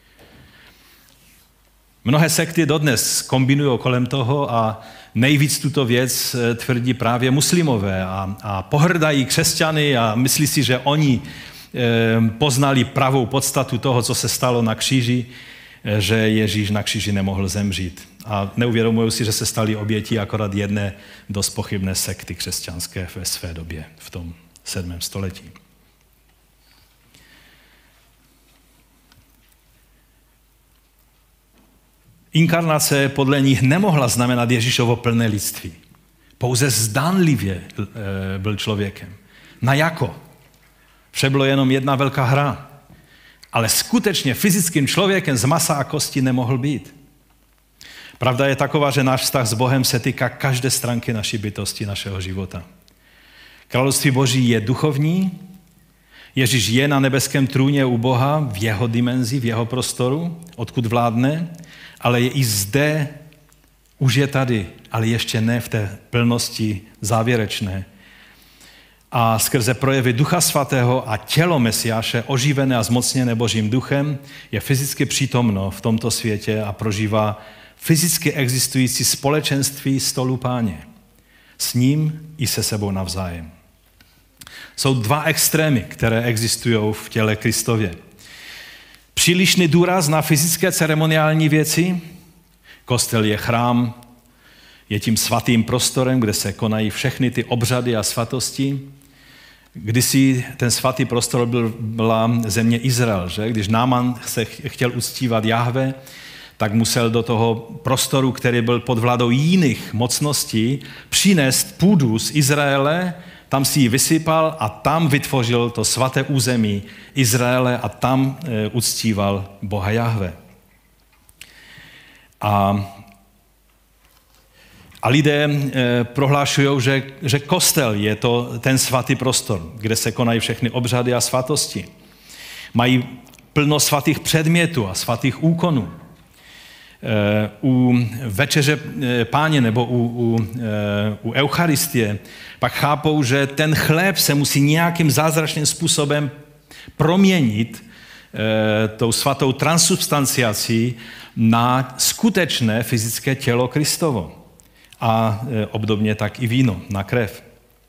Mnohé sekty dodnes kombinují kolem toho a nejvíc tuto věc tvrdí právě muslimové a, a pohrdají křesťany a myslí si, že oni e, poznali pravou podstatu toho, co se stalo na kříži, e, že Ježíš na kříži nemohl zemřít. A neuvědomují si, že se stali obětí akorát jedné dost pochybné sekty křesťanské ve své době, v tom sedmém století. Inkarnace podle nich nemohla znamenat Ježíšovo plné lidství. Pouze zdánlivě byl člověkem. Na jako? Vše bylo jenom jedna velká hra. Ale skutečně fyzickým člověkem z masa a kosti nemohl být. Pravda je taková, že náš vztah s Bohem se týká každé stránky naší bytosti, našeho života. Království Boží je duchovní, Ježíš je na nebeském trůně u Boha v jeho dimenzi, v jeho prostoru, odkud vládne, ale je i zde, už je tady, ale ještě ne v té plnosti závěrečné. A skrze projevy Ducha Svatého a tělo Mesiáše, oživené a zmocněné Božím duchem, je fyzicky přítomno v tomto světě a prožívá fyzicky existující společenství stolu Páně. S ním i se sebou navzájem. Jsou dva extrémy, které existují v těle Kristově. Přílišný důraz na fyzické ceremoniální věci. Kostel je chrám, je tím svatým prostorem, kde se konají všechny ty obřady a svatosti. Kdysi ten svatý prostor byl, byla země Izrael, že? Když Náman se chtěl uctívat Jahve, tak musel do toho prostoru, který byl pod vládou jiných mocností, přinést půdu z Izraele, tam si ji vysypal a tam vytvořil to svaté území Izraele a tam e, uctíval Boha Jahve. A, a lidé e, prohlášují, že, že kostel je to ten svatý prostor, kde se konají všechny obřady a svatosti. Mají plno svatých předmětů a svatých úkonů. U večeře Páně nebo u, u, u Eucharistie pak chápou, že ten chléb se musí nějakým zázračným způsobem proměnit e, tou svatou transubstanciací na skutečné fyzické tělo Kristovo. A e, obdobně tak i víno, na krev.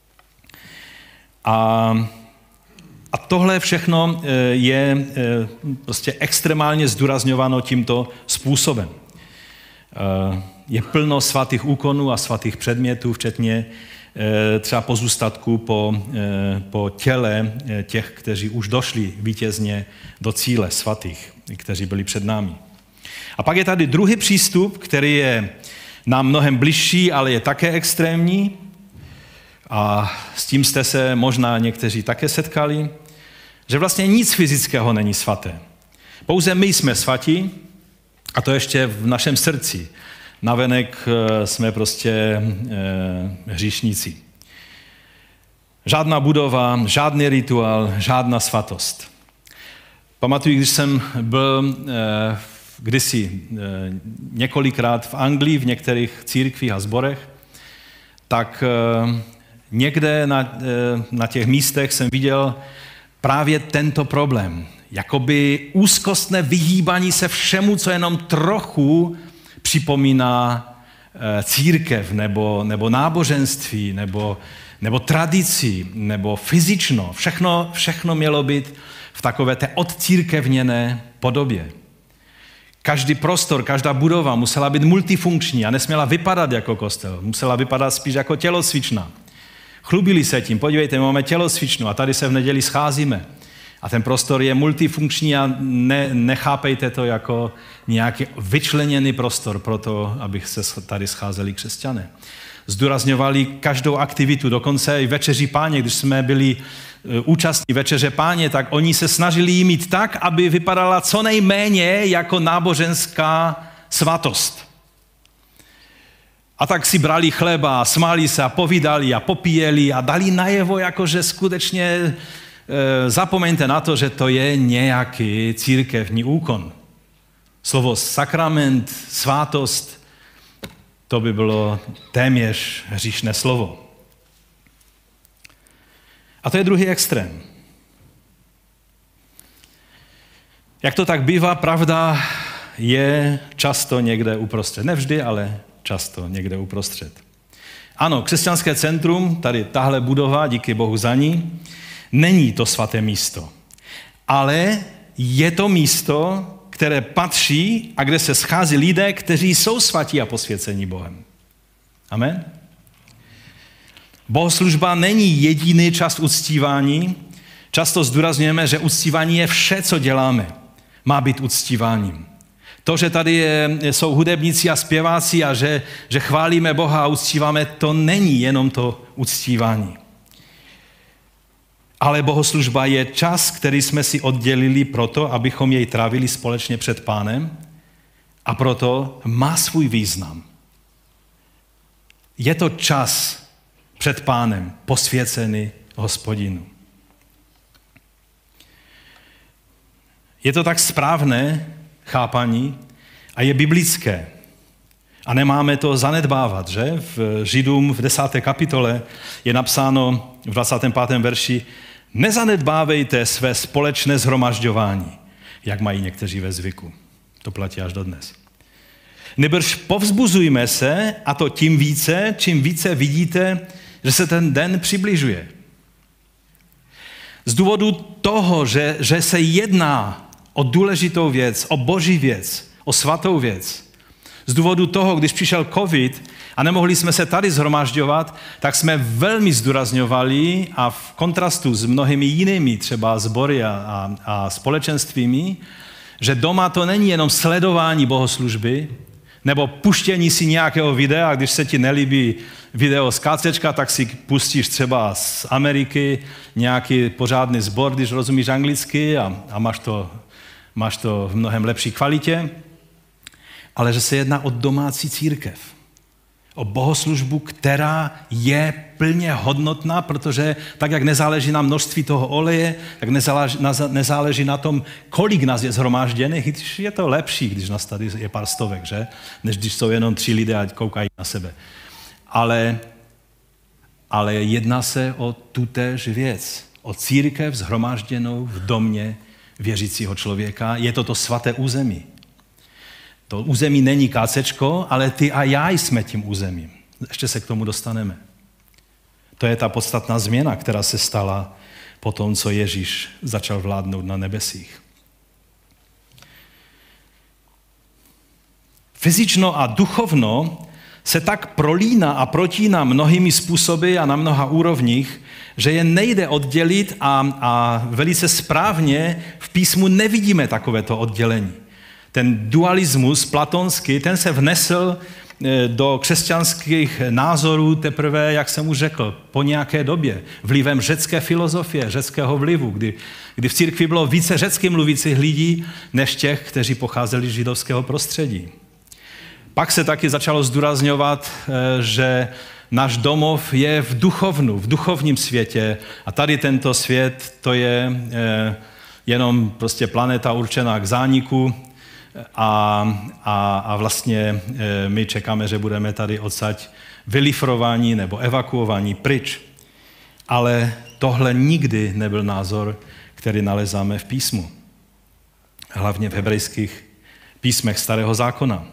A A tohle všechno je prostě extrémálně zdůrazňováno tímto způsobem. Je plno svatých úkonů a svatých předmětů, včetně třeba pozůstatku po, po těle těch, kteří už došli vítězně do cíle svatých, kteří byli před námi. A pak je tady druhý přístup, který je nám mnohem bližší, ale je také extrémní. A s tím jste se možná někteří také setkali, že vlastně nic fyzického není svaté. Pouze my jsme svatí, a to ještě v našem srdci. Navenek jsme prostě hříšníci. Žádná budova, žádný rituál, žádná svatost. Pamatuju, když jsem byl kdysi několikrát v Anglii, v některých církvích a sborech, tak někde na, na těch místech jsem viděl právě tento problém. Jakoby úzkostné vyhýbání se všemu, co jenom trochu připomíná církev, nebo, nebo náboženství, nebo, nebo tradici, nebo fyzično. Všechno, všechno mělo být v takové té odcírkevněné podobě. Každý prostor, každá budova musela být multifunkční a nesměla vypadat jako kostel. Musela vypadat spíš jako tělocvična. Chlubili se tím, podívejte, máme tělocvičnu a tady se v neděli scházíme. A ten prostor je multifunkční a ne, nechápejte to jako nějaký vyčleněný prostor pro to, aby se tady scházeli křesťané. Zdůrazňovali každou aktivitu, dokonce i večeři Páně, když jsme byli účastní večeře Páně, tak oni se snažili jí mít tak, aby vypadala co nejméně jako náboženská svatost. A tak si brali chleba, smáli se a povídali a popíjeli a dali najevo, jakože skutečně e, zapomeňte na to, že to je nějaký církevní úkon. Slovo sakrament, svátost, to by bylo téměř hříšné slovo. A to je druhý extrém. Jak to tak bývá, pravda je často někde uprostřed. Ne vždy, ale často někde uprostřed. Ano, křesťanské centrum, tady tahle budova, díky Bohu za ní, není to svaté místo. Ale je to místo, které patří a kde se schází lidé, kteří jsou svatí a posvěcení Bohem. Amen? Bohoslužba není jediný čas uctívání. Často zdůrazňujeme, že uctívání je vše, co děláme. Má být uctíváním. To, že tady je, jsou hudebníci a zpěváci a že, že chválíme Boha a uctíváme, to není jenom to uctívání. Ale bohoslužba je čas, který jsme si oddělili proto, abychom jej trávili společně před Pánem, a proto má svůj význam. Je to čas před Pánem, posvěcený Hospodinu. Je to tak správné chápaní a je biblické. A nemáme to zanedbávat, že? V Židům v desáté kapitole je napsáno v dvacátém pátém verši: nezanedbávejte své společné shromažďování, jak mají někteří ve zvyku. To platí až dodnes. Nýbrž povzbuzujme se, a to tím více, čím více vidíte, že se ten den přibližuje. Z důvodu toho, že, že se jedná o důležitou věc, o boží věc, o svatou věc. Z důvodu toho, když přišel covid a nemohli jsme se tady shromažďovat, tak jsme velmi zdůrazňovali a v kontrastu s mnohými jinými třeba sbory a, a, a společenstvími, že doma to není jenom sledování bohoslužby, nebo puštění si nějakého videa, když se ti nelíbí video z kácečka, tak si pustíš třeba z Ameriky nějaký pořádný sbor, když rozumíš anglicky a, a máš, to, máš to v mnohem lepší kvalitě, ale že se jedná o domácí církev. O bohoslužbu, která je plně hodnotná, protože tak, jak nezáleží na množství toho oleje, tak nezáleží na, nezáleží na tom, kolik nás je zhromážděných, když je to lepší, když nás tady je pár stovek, že? Než když jsou jenom tři lidé a koukají na sebe. Ale, ale jedná se o tutéž věc. O církev zhromážděnou v domě věřícího člověka. Je to to svaté území. To území není kácečko, ale ty a já jsme tím územím. Ještě se k tomu dostaneme. To je ta podstatná změna, která se stala po tom, co Ježíš začal vládnout na nebesích. Fyzično a duchovno se tak prolíná a protíná mnohými způsoby a na mnoha úrovních, že je nejde oddělit a, a velice správně v písmu nevidíme takovéto oddělení. Ten dualismus platonský, ten se vnesl do křesťanských názorů teprve, jak jsem už řekl, po nějaké době, vlivem řecké filozofie, řeckého vlivu, kdy, kdy v církvi bylo více řecky mluvících lidí, než těch, kteří pocházeli z židovského prostředí. Pak se taky začalo zdůrazňovat, že náš domov je v duchovnu, v duchovním světě a tady tento svět, to je jenom prostě planeta určená k zániku a, a, a vlastně my čekáme, že budeme tady odsaď vylifrováni nebo evakuováni pryč. Ale tohle nikdy nebyl názor, který nalezáme v písmu. Hlavně v hebrejských písmech Starého zákona.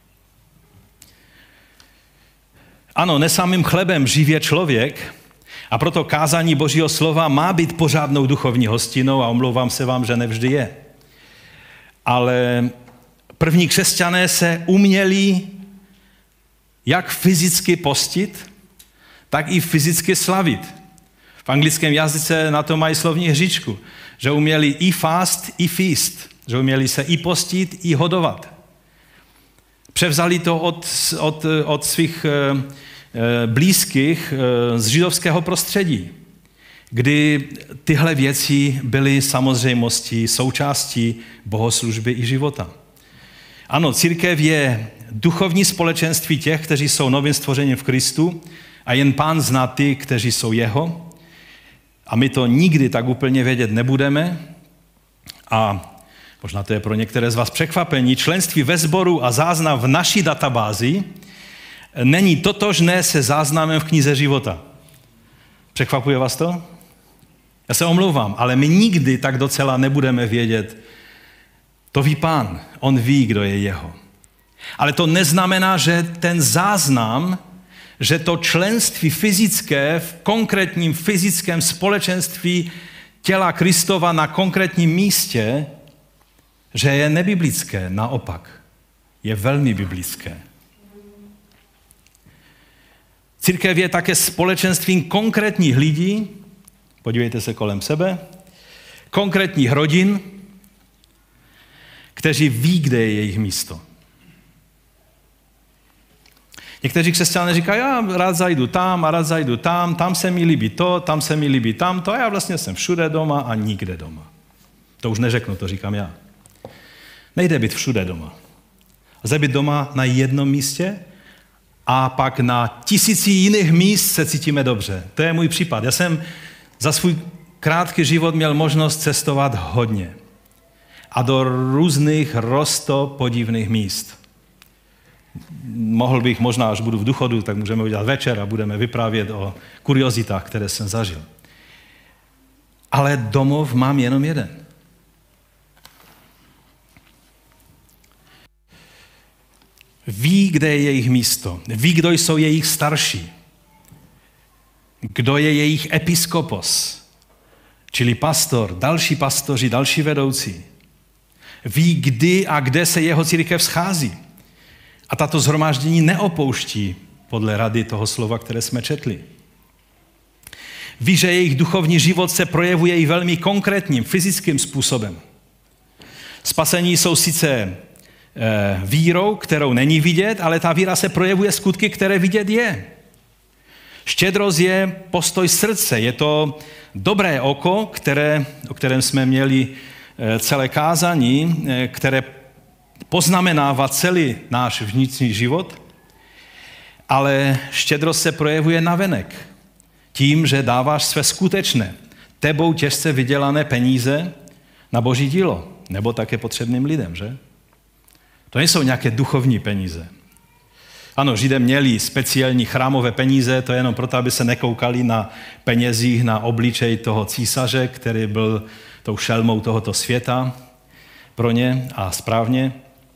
Ano, ne samým chlebem živě člověk a proto kázání Božího slova má být pořádnou duchovní hostinou a omlouvám se vám, že nevždy je. Ale první křesťané se uměli jak fyzicky postit, tak i fyzicky slavit. V anglickém jazyce na to mají slovní hříčku, že uměli i fast, i feast, že uměli se i postit, i hodovat. Převzali to od, od, od svých e, blízkých e, z židovského prostředí, kdy tyhle věci byly samozřejmostí, součástí bohoslužby i života. Ano, církev je duchovní společenství těch, kteří jsou novým stvořením v Kristu a jen Pán zná ty, kteří jsou jeho. A my to nikdy tak úplně vědět nebudeme. A možná to je pro některé z vás překvapení, členství ve sboru a záznam v naší databázi není totožné se záznamem v knize života. Překvapuje vás to? Já se omlouvám, ale my nikdy tak docela nebudeme vědět. To ví Pán, on ví, kdo je jeho. Ale to neznamená, že ten záznam, že to členství fyzické v konkrétním fyzickém společenství těla Kristova na konkrétním místě, že je nebiblické, naopak. Je velmi biblické. Církev je také společenstvím konkrétních lidí, podívejte se kolem sebe, konkrétních rodin, kteří ví, kde je jejich místo. Někteří křesťané říkají, já rád zajdu tam a rád zajdu tam, tam se mi líbí to, tam se mi líbí tamto a já vlastně jsem všude doma a nikde doma. To už neřeknu, to říkám já. Nejde být všude doma. Lze být doma na jednom místě a pak na tisíci jiných míst se cítíme dobře. To je můj případ. Já jsem za svůj krátký život měl možnost cestovat hodně. A do různých roztopodivných míst. Mohl bych možná, až budu v důchodu, tak můžeme udělat večer a budeme vyprávět o kuriozitách, které jsem zažil. Ale domov mám jenom jeden. Ví, kde je jejich místo. Ví, kdo jsou jejich starší. Kdo je jejich episkopos, čili pastor, další pastoři, další vedoucí. Ví, kdy a kde se jeho církev schází. A tato shromáždění neopouští podle rady toho slova, které jsme četli. Ví, že jejich duchovní život se projevuje i velmi konkrétním, fyzickým způsobem. Spasení jsou sice e, vírou, kterou není vidět, ale ta víra se projevuje skutky, které vidět je. Štědrost je postoj srdce, je to dobré oko, které, o kterém jsme měli celé kázání, které poznamenává celý náš vnitřní život, ale štědrost se projevuje navenek tím, že dáváš své skutečné, tebou těžce vydělané peníze na Boží dílo, nebo také potřebným lidem, že? To nejsou nějaké duchovní peníze. Ano, Židé měli speciální chrámové peníze, to je jenom proto, aby se nekoukali na penězích, na obličej toho císaře, který byl tou šelmou tohoto světa pro ně a správně.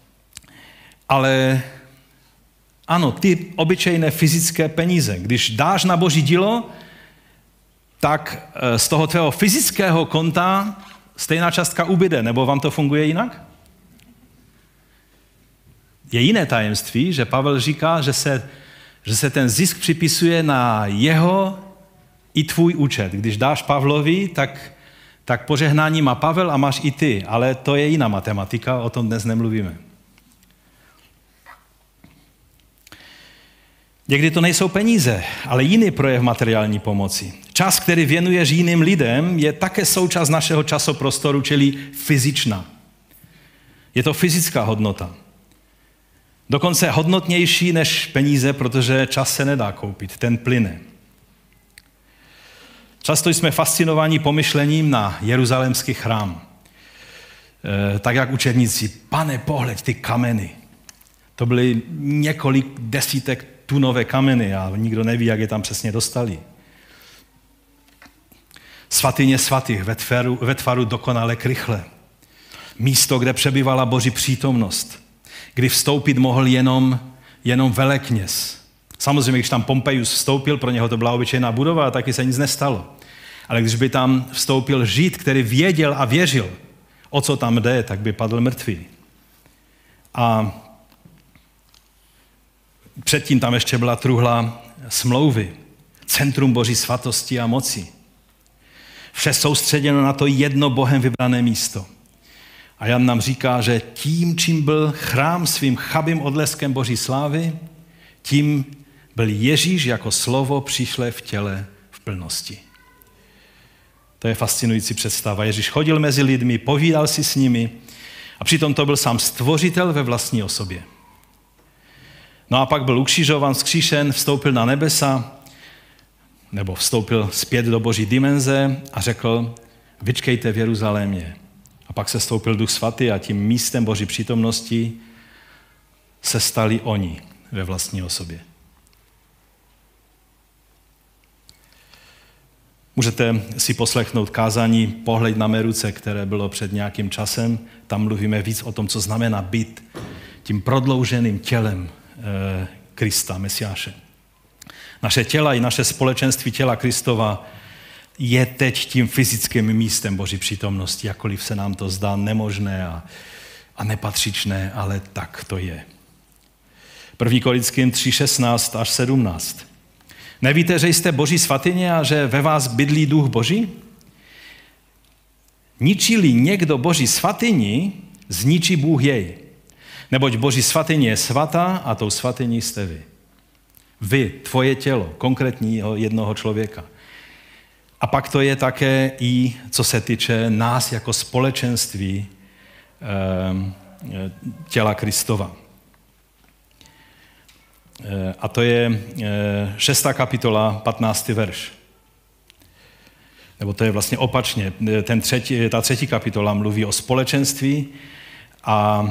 Ale ano, ty obyčejné fyzické peníze, když dáš na Boží dílo, tak z toho tvého fyzického konta stejná částka ubyde, nebo vám to funguje jinak? Je jiné tajemství, že Pavel říká, že se že se ten zisk připisuje na jeho i tvůj účet. Když dáš Pavlovi, tak, tak požehnání má Pavel a máš i ty, ale to je jiná matematika, o tom dnes nemluvíme. Někdy to nejsou peníze, ale jiný projev materiální pomoci. Čas, který věnuješ jiným lidem, je také součást našeho časoprostoru, čili fyzičná. Je to fyzická hodnota. Dokonce hodnotnější než peníze, protože čas se nedá koupit, ten plyne. Často jsme fascinováni pomyšlením na jeruzalémský chrám. E, tak jak učedníci, pane, pohled ty kameny. To byly několik desítek tunové kameny a nikdo neví, jak je tam přesně dostali. Svatyně svatých ve tvaru, ve tvaru dokonale krychle. Místo, kde přebývala Boží přítomnost. Kdy vstoupit mohl jenom, jenom velekněz. Samozřejmě, když tam Pompejus vstoupil, pro něho to byla obyčejná budova a taky se nic nestalo. Ale když by tam vstoupil Žid, který věděl a věřil, o co tam jde, tak by padl mrtvý. A předtím tam ještě byla truhla smlouvy, centrum Boží svatosti a moci. Vše soustředěno na to jedno Bohem vybrané místo. A Jan nám říká, že tím, čím byl chrám svým chabým odleskem Boží slávy, tím byl Ježíš jako slovo přišlé v těle v plnosti. To je fascinující představa. Ježíš chodil mezi lidmi, povídal si s nimi a přitom to byl sám stvořitel ve vlastní osobě. No a pak byl ukřižovan, vzkříšen, vstoupil na nebesa, nebo vstoupil zpět do Boží dimenze a řekl, vyčkejte v Jeruzalémě. A pak se stoupil Duch Svatý a tím místem Boží přítomnosti se stali oni ve vlastní osobě. Můžete si poslechnout kázání Pohled na mé ruce, které bylo před nějakým časem. Tam mluvíme víc o tom, co znamená být tím prodlouženým tělem eh, Krista, Mesiáše. Naše těla i naše společenství těla Kristova je teď tím fyzickým místem Boží přítomnosti, jakkoliv se nám to zdá nemožné a, a nepatřičné, ale tak to je. první Korinským tři šestnáct až sedmnáct. Nevíte, že jste Boží svatyně a že ve vás bydlí Duch Boží? Ničí-li někdo Boží svatyni, zničí Bůh jej. Neboť Boží svatyně je svatá a tou svatyní jste vy. Vy, tvoje tělo, konkrétního jednoho člověka. A pak to je také i, co se týče nás jako společenství těla Kristova. A to je šestá kapitola, patnáctý verš. Nebo to je vlastně opačně. Ten třetí, ta třetí kapitola mluví o společenství a,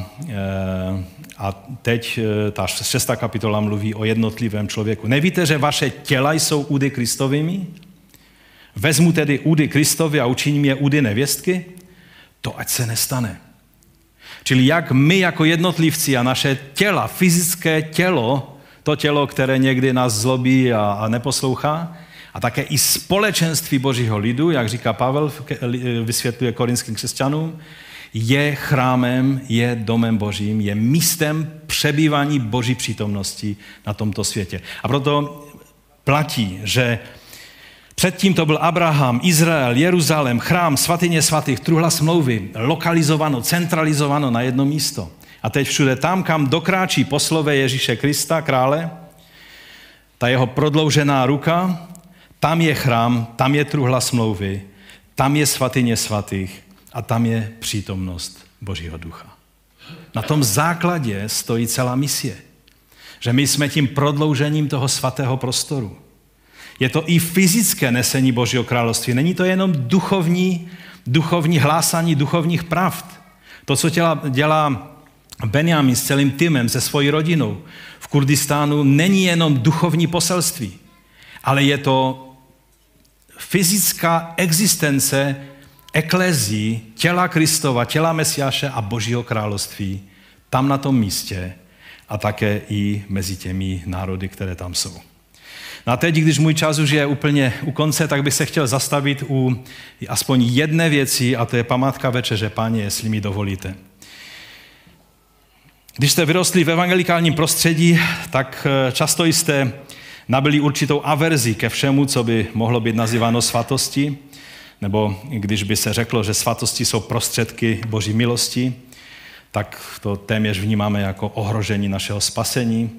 a teď ta šestá kapitola mluví o jednotlivém člověku. Nevíte, že vaše těla jsou údy Kristovými? Vezmu tedy údy Kristovi a učiním je údy nevěstky? To ať se nestane. Čili jak my jako jednotlivci a naše těla, fyzické tělo, to tělo, které někdy nás zlobí a, a neposlouchá, a také i společenství Božího lidu, jak říká Pavel, vysvětluje korinským křesťanům, je chrámem, je domem Božím, je místem přebývání Boží přítomnosti na tomto světě. A proto platí, že předtím to byl Abraham, Izrael, Jeruzalém, chrám, svatyně svatých, truhla smlouvy, lokalizováno, centralizováno na jedno místo. A teď všude tam, kam dokráčí poslové Ježíše Krista, krále, ta jeho prodloužená ruka, tam je chrám, tam je truhla smlouvy, tam je svatyně svatých a tam je přítomnost Božího ducha. Na tom základě stojí celá misie. Že my jsme tím prodloužením toho svatého prostoru. Je to i fyzické nesení Božího království. Není to jenom duchovní, duchovní hlásání duchovních pravd. To, co dělá, dělá Benjamin s celým týmem, se svojí rodinou v Kurdistánu, není jenom duchovní poselství, ale je to fyzická existence eklezí, těla Kristova, těla Mesiáše a Božího království tam na tom místě a také i mezi těmi národy, které tam jsou. No a teď, když můj čas už je úplně u konce, tak bych se chtěl zastavit u aspoň jedné věci, a to je památka večeře, Páně, jestli mi dovolíte. Když jste vyrostli v evangelikálním prostředí, tak často jste nabyli určitou averzi ke všemu, co by mohlo být nazýváno svatostí, nebo když by se řeklo, že svatosti jsou prostředky Boží milosti, tak to téměř vnímáme jako ohrožení našeho spasení.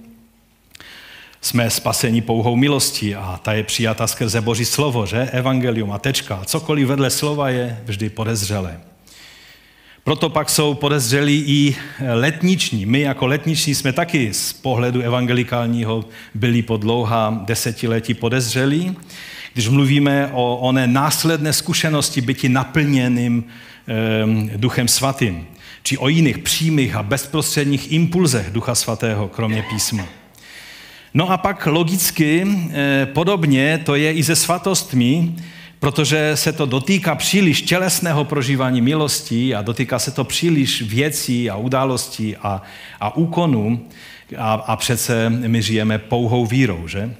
Jsme spaseni pouhou milostí a ta je přijata skrze Boží slovo, že? Evangelium a tečka. Cokoliv vedle slova je vždy podezřelé. Proto pak jsou podezřelí i letniční. My jako letniční jsme taky z pohledu evangelikálního byli po dlouhá desetiletí podezřelí, když mluvíme o oné následné zkušenosti byti naplněným e, Duchem Svatým, či o jiných přímých a bezprostředních impulzech Ducha Svatého, kromě písma. No a pak logicky e, podobně to je i se svatostmi, protože se to dotýká příliš tělesného prožívání milostí a dotýká se to příliš věcí a událostí a, a úkonů a, a přece my žijeme pouhou vírou, že?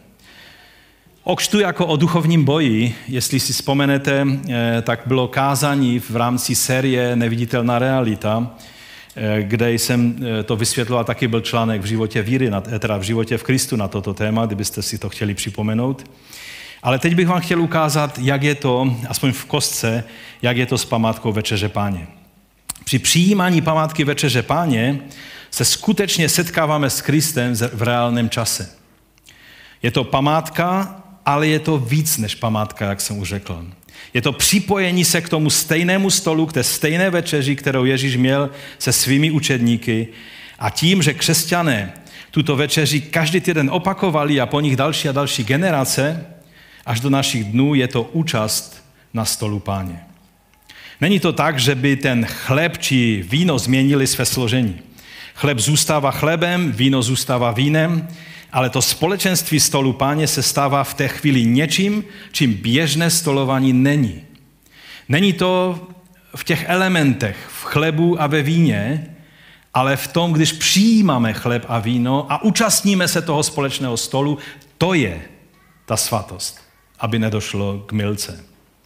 O křtu jako o duchovním boji, jestli si vzpomenete, tak bylo kázání v rámci série Neviditelná realita, kde jsem to vysvětloval, taky byl článek v životě víry, teda v životě v Kristu na toto téma, kdybyste si to chtěli připomenout. Ale teď bych vám chtěl ukázat, jak je to, aspoň v kostce, jak je to s památkou Večeře Páně. Při přijímání památky Večeře Páně se skutečně setkáváme s Kristem v reálném čase. Je to památka, ale je to víc než památka, jak jsem už řekl. Je to připojení se k tomu stejnému stolu, k té stejné večeři, kterou Ježíš měl se svými učedníky, a tím, že křesťané tuto večeři každý týden opakovali a po nich další a další generace, až do našich dnů je to účast na stolu Páně. Není to tak, že by ten chléb či víno změnili své složení. Chléb zůstává chlebem, víno zůstává vínem, ale to společenství stolu Páně se stává v té chvíli něčím, čím běžné stolování není. Není to v těch elementech, v chlebu a ve víně, ale v tom, když přijímáme chléb a víno a účastníme se toho společného stolu, to je ta svatost, aby nedošlo k mylce.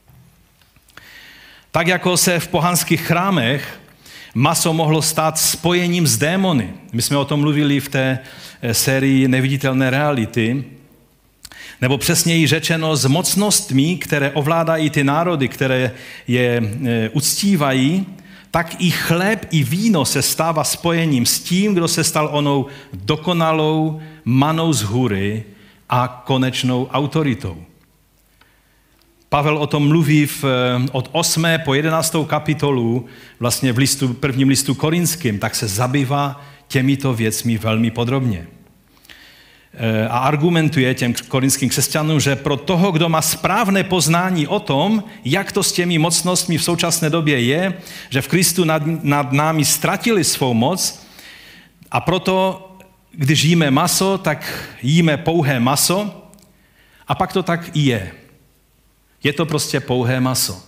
Tak jako se v pohanských chrámech maso mohlo stát spojením s démony. My jsme o tom mluvili v té sérii Neviditelné reality, nebo přesněji řečeno s mocnostmi, které ovládají ty národy, které je uctívají, tak i chléb i víno se stává spojením s tím, kdo se stal onou dokonalou manou z hůry a konečnou autoritou. Pavel o tom mluví v, od osmé po jedenáctou kapitolu, vlastně v listu, prvním listu korinským, tak se zabývá těmito věcmi velmi podrobně. A argumentuje těm korinským křesťanům, že pro toho, kdo má správné poznání o tom, jak to s těmi mocnostmi v současné době je, že v Kristu nad, nad námi ztratili svou moc a proto, když jíme maso, tak jíme pouhé maso a pak to tak i je. Je to prostě pouhé maso.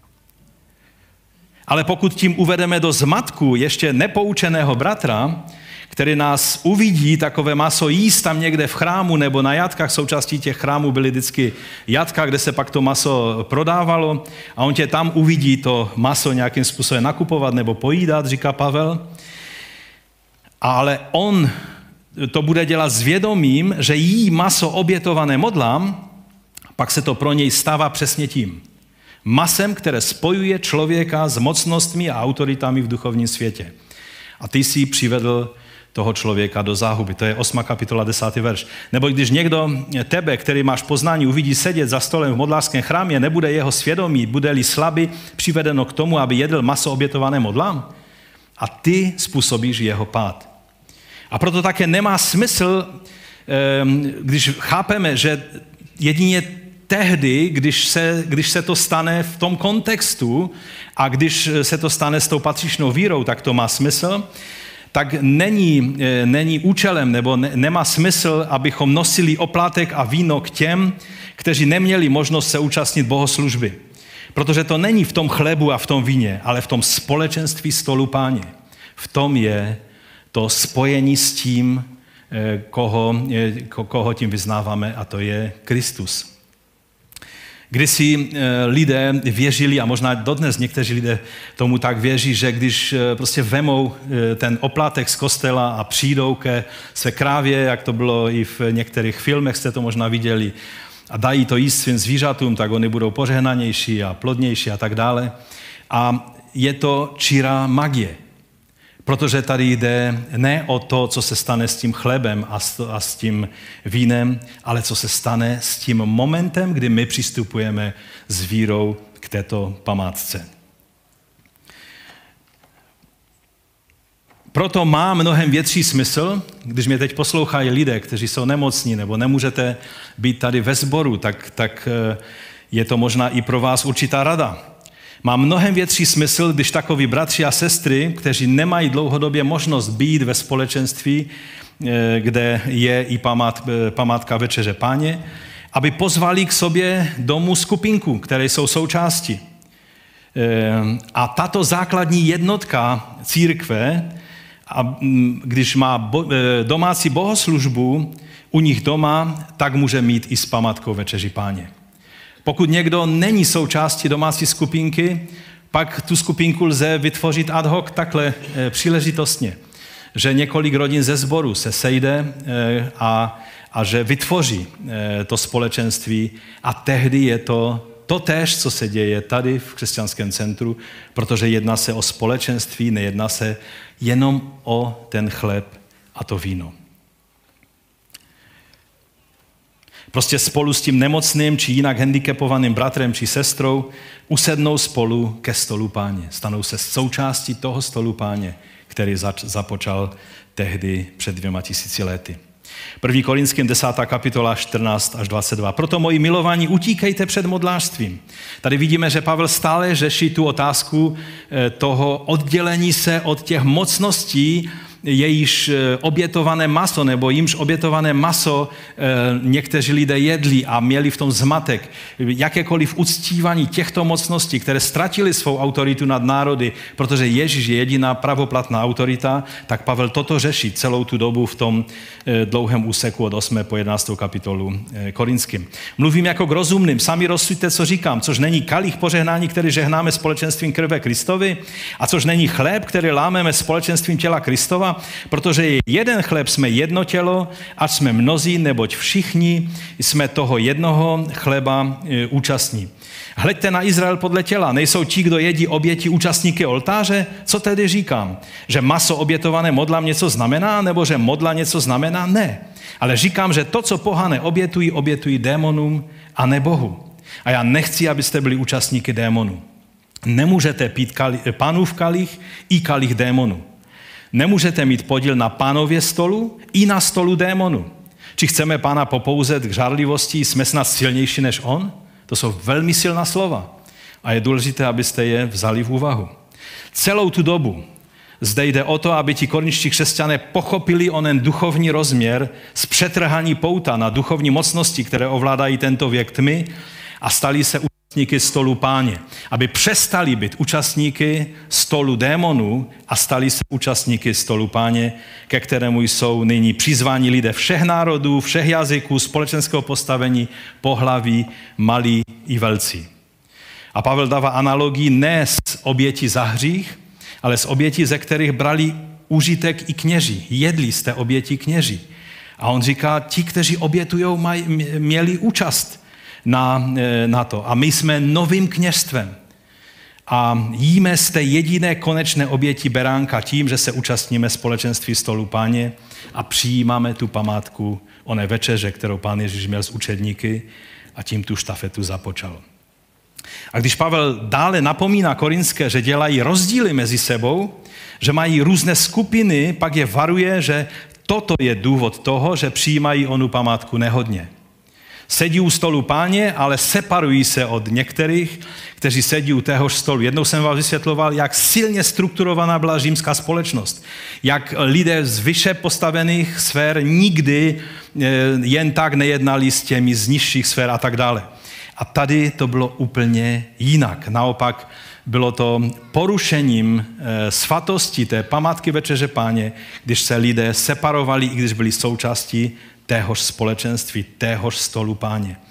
Ale pokud tím uvedeme do zmatku ještě nepoučeného bratra, který nás uvidí takové maso jíst tam někde v chrámu nebo na jatkách, součástí těch chrámů byly vždycky jatka, kde se pak to maso prodávalo a on tě tam uvidí to maso nějakým způsobem nakupovat nebo pojídat, říká Pavel. Ale on to bude dělat s vědomím, že jí maso obětované modlám, pak se to pro něj stává přesně tím. Masem, které spojuje člověka s mocnostmi a autoritami v duchovním světě. A ty jsi přivedl toho člověka do záhuby. To je osmá kapitola, desátý verš. Nebo když někdo tebe, který máš poznání, uvidí sedět za stolem v modlářském chrámě, nebude jeho svědomí, bude-li slabý, přivedeno k tomu, aby jedl maso obětované modlám. A ty způsobíš jeho pád. A proto také nemá smysl, když chápeme, že jedině tehdy, když se, když se to stane v tom kontextu a když se to stane s tou patřičnou vírou, tak to má smysl, tak není, není účelem nebo ne, nemá smysl, abychom nosili oplatek a víno k těm, kteří neměli možnost se účastnit bohoslužby. Protože to není v tom chlebu a v tom víně, ale v tom společenství stolu Páně. V tom je to spojení s tím, koho, koho tím vyznáváme, a to je Kristus. Kdysi lidé věřili, a možná dodnes někteří lidé tomu tak věří, že když prostě vemou ten oplatek z kostela a přijdou ke své krávě, jak to bylo i v některých filmech, jste to možná viděli, a dají to jíst svým zvířatům, tak oni budou požehnanější a plodnější a tak dále. A je to čirá magie. Protože tady jde ne o to, co se stane s tím chlebem a s, a s tím vínem, ale co se stane s tím momentem, kdy my přistupujeme s vírou k této památce. Proto má mnohem větší smysl, když mě teď poslouchají lidé, kteří jsou nemocní nebo nemůžete být tady ve sboru, tak, tak je to možná i pro vás určitá rada. Má mnohem větší smysl, když takoví bratři a sestry, kteří nemají dlouhodobě možnost být ve společenství, kde je i památ, památka Večeře Páně, aby pozvali k sobě domů skupinku, které jsou součástí. A tato základní jednotka církve, a když má domácí bohoslužbu u nich doma, tak může mít i s památkou Večeři Páně. Pokud někdo není součástí domácí skupinky, pak tu skupinku lze vytvořit ad hoc takhle e, příležitostně, že několik rodin ze sboru se sejde e, a, a že vytvoří e, to společenství a tehdy je to totéž, co se děje tady v křesťanském centru, protože jedná se o společenství, nejedná se jenom o ten chléb a to víno. Prostě spolu s tím nemocným či jinak handicapovaným bratrem či sestrou usednou spolu ke stolu Páně. Stanou se součástí toho stolu Páně, který započal tehdy před dvěma tisíci lety. první Korinským desátá kapitola čtrnáct až dvacet dva. Proto, moji milovaní, utíkejte před modlářstvím. Tady vidíme, že Pavel stále řeší tu otázku toho oddělení se od těch mocností, jejíž obětované maso nebo jimž obětované maso někteří lidé jedli a měli v tom zmatek. Jakékoliv uctívání těchto mocností, které ztratili svou autoritu nad národy, protože Ježíš je jediná pravoplatná autorita, tak Pavel toto řeší celou tu dobu v tom dlouhém úseku od osmé po jedenáctou kapitolu Korinským. Mluvím jako k rozumným, sami rozsuďte, co říkám, což není kalich požehnání, který žehnáme společenstvím krve Kristovi, a což není chléb, který lámeme společenstvím těla Kristova, protože je jeden chléb, jsme jedno tělo, ať jsme mnozí, neboť všichni jsme toho jednoho chleba e, účastní. Hleďte na Izrael podle těla. Nejsou ti, kdo jedí oběti, účastníky oltáře? Co tedy říkám? Že maso obětované modlám něco znamená, nebo že modla něco znamená? Ne. Ale říkám, že to, co pohané obětují, obětují démonům a ne Bohu. A já nechci, abyste byli účastníky démonů. Nemůžete pít kali, pánův kalich i kalich démonů. Nemůžete mít podíl na Pánově stolu i na stolu démonu. Či chceme Pána popouzet k žárlivosti, jsme snad silnější než on? To jsou velmi silná slova a je důležité, abyste je vzali v úvahu. Celou tu dobu zde jde o to, aby ti korinští křesťané pochopili onen duchovní rozměr z přetrhání pouta na duchovní mocnosti, které ovládají tento věk tmy, a stali se účastníky stolu Páně. Aby přestali být účastníky stolu démonů a stali se účastníky stolu Páně, ke kterému jsou nyní přizváni lidé všech národů, všech jazyků, společenského postavení, pohlaví, malí i velcí. A Pavel dává analogii ne s obětí za hřích, ale s obětí, ze kterých brali užitek i kněží. Jedli z té oběti kněží. A on říká, ti, kteří obětujou, maj, měli účast Na, na to. A my jsme novým kněžstvem. A jíme z té jediné konečné oběti beránka tím, že se účastníme společenství stolu Páně a přijímáme tu památku oné večeře, kterou Pán Ježíš měl s učedníky, a tím tu štafetu započal. A když Pavel dále napomíná korinské, že dělají rozdíly mezi sebou, že mají různé skupiny, pak je varuje, že toto je důvod toho, že přijímají onu památku nehodně. Sedí u stolu Páně, ale separují se od některých, kteří sedí u téhož stolu. Jednou jsem vám vysvětloval, jak silně strukturovaná byla římská společnost. Jak lidé z vyše postavených sfér nikdy jen tak nejednali s těmi z nižších sfér a tak dále. A tady to bylo úplně jinak. Naopak bylo to porušením svatosti té památky Večeře Páně, když se lidé separovali, i když byli součástí téhož společenství, téhož stolu Páně.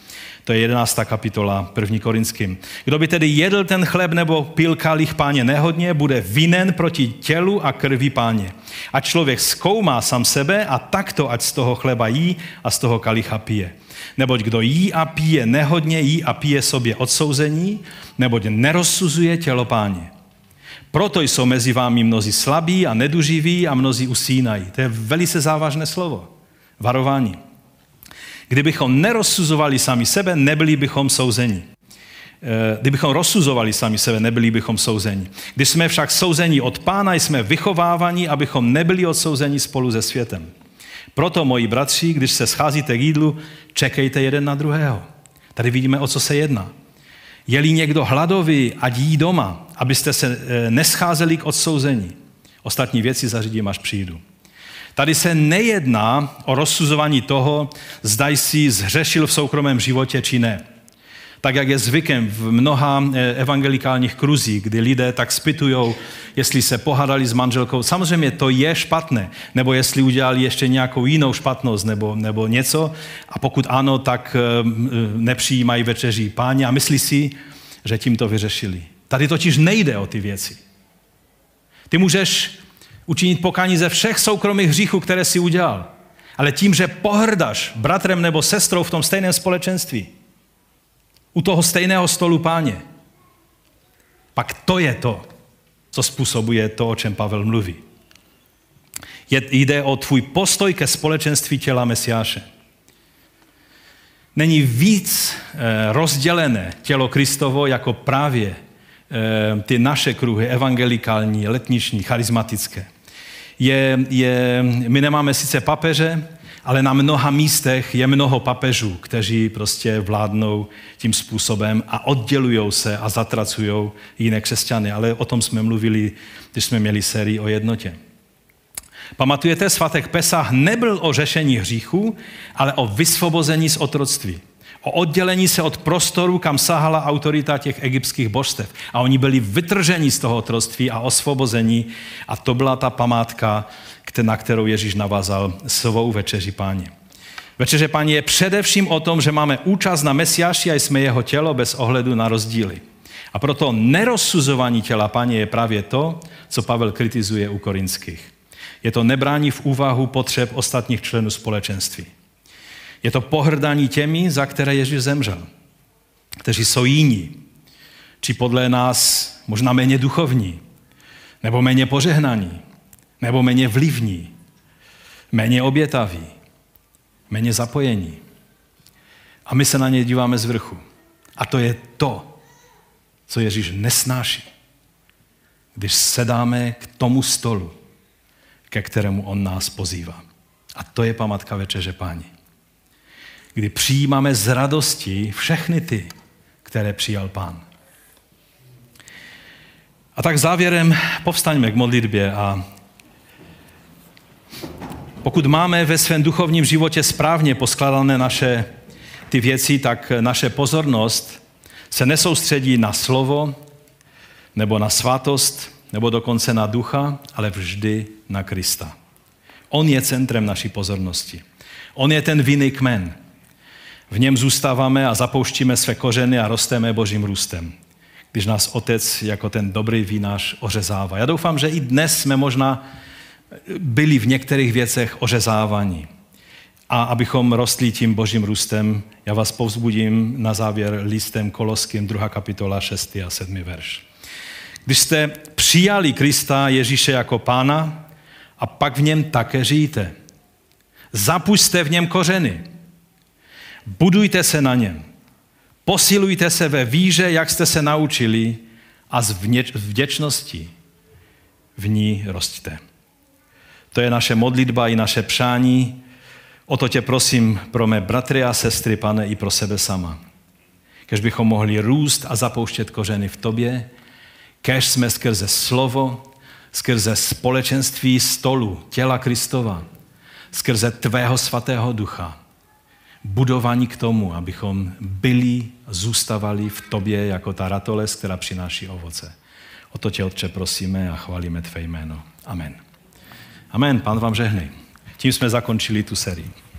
To je jedenáctá kapitola první Korinským. Kdo by tedy jedl ten chléb nebo pil kalich Páně nehodně, bude vinen proti tělu a krvi Páně. A člověk zkoumá sám sebe a takto ať z toho chleba jí a z toho kalicha pije. Neboť kdo jí a pije nehodně, jí a pije sobě odsouzení, neboť nerozsuzuje tělo Páně. Proto jsou mezi vámi mnozí slabí a neduživí a mnozí usínají. To je velice závažné slovo. Varování. Kdybychom nerozsuzovali sami sebe, nebyli bychom souzeni. Kdybychom rozsuzovali sami sebe, nebyli bychom souzeni. Když jsme však souzeni od Pána, jsme vychováváni, abychom nebyli odsouzeni spolu se světem. Proto, moji bratři, když se scházíte k jídlu, čekejte jeden na druhého. Tady vidíme, o co se jedná. Je-li někdo hladový, ať jí doma, abyste se nescházeli k odsouzení. Ostatní věci zařídím, až přijdu. Tady se nejedná o rozsuzování toho, zda jsi zhřešil v soukromém životě, či ne. Tak, jak je zvykem v mnoha evangelikálních kruzích, kdy lidé tak zpytujou, jestli se pohádali s manželkou. Samozřejmě to je špatné, nebo jestli udělali ještě nějakou jinou špatnost, nebo, nebo něco. A pokud ano, tak nepřijímají večeří Páně a myslí si, že tím to vyřešili. Tady totiž nejde o ty věci. Ty můžeš učinit pokání ze všech soukromých hříchů, které si udělal. Ale tím, že pohrdáš bratrem nebo sestrou v tom stejném společenství, u toho stejného stolu Páně, pak to je to, co způsobuje to, o čem Pavel mluví. Je, jde o tvůj postoj ke společenství těla Mesiáše. Není víc eh, rozdělené tělo Kristovo jako právě eh, ty naše kruhy, evangelikální, letniční, charismatické. Je, je, my nemáme sice papeže, ale na mnoha místech je mnoho papežů, kteří prostě vládnou tím způsobem a oddělují se a zatracují jiné křesťany. Ale o tom jsme mluvili, když jsme měli sérii o jednotě. Pamatujete, svatek Pesach nebyl o řešení hříchů, ale o vysvobození z otroctví. O oddělení se od prostoru, kam sahala autorita těch egyptských božstev. A oni byli vytrženi z toho otroctví a osvobození. A to byla ta památka, na kterou Ježíš navázal svou večeři Páně. Večeře Páně je především o tom, že máme účast na Mesiáši a jsme jeho tělo bez ohledu na rozdíly. A proto nerozsuzování těla Páně je právě to, co Pavel kritizuje u Korinských. Je to nebrání v úvahu potřeb ostatních členů společenství. Je to pohrdání těmi, za které Ježíš zemřel, kteří jsou jiní, či podle nás možná méně duchovní, nebo méně požehnaní, nebo méně vlivní, méně obětaví, méně zapojení. A my se na ně díváme z vrchu. A to je to, co Ježíš nesnáší, když sedáme k tomu stolu, ke kterému on nás pozývá. A to je památka večeře Páně. Kdy přijímáme z radosti všechny ty, které přijal Pán. A tak závěrem povstaňme k modlitbě a pokud máme ve svém duchovním životě správně poskladané naše ty věci, tak naše pozornost se nesoustředí na slovo, nebo na svatost, nebo dokonce na ducha, ale vždy na Krista. On je centrem naší pozornosti. On je ten vinný kmen. V něm zůstáváme a zapouštíme své kořeny a rosteme božím růstem, když nás Otec jako ten dobrý vínář ořezává. Já doufám, že i dnes jsme možná byli v některých věcech ořezávaní. A abychom rostli tím božím růstem, já vás povzbudím na závěr listem Koloským, druhá kapitola, šestý a sedmý verš. Když jste přijali Krista Ježíše jako Pána a pak v něm také žijte. Zapuste v něm kořeny. Budujte se na něm. Posilujte se ve víře, jak jste se naučili a z vděčnosti v ní rostte. To je naše modlitba i naše přání. O to tě prosím pro mé bratry a sestry, Pane, i pro sebe sama. Kež bychom mohli růst a zapouštět kořeny v tobě, kež jsme skrze slovo, skrze společenství stolu těla Kristova, skrze tvého svatého ducha, budovaní k tomu, abychom byli, zůstávali v tobě jako ta ratolest, která přináší ovoce. O to tě, Otče, prosíme a chválíme tvé jméno. Amen. Amen. Pán vám žehnej. Tím jsme zakončili tu sérii.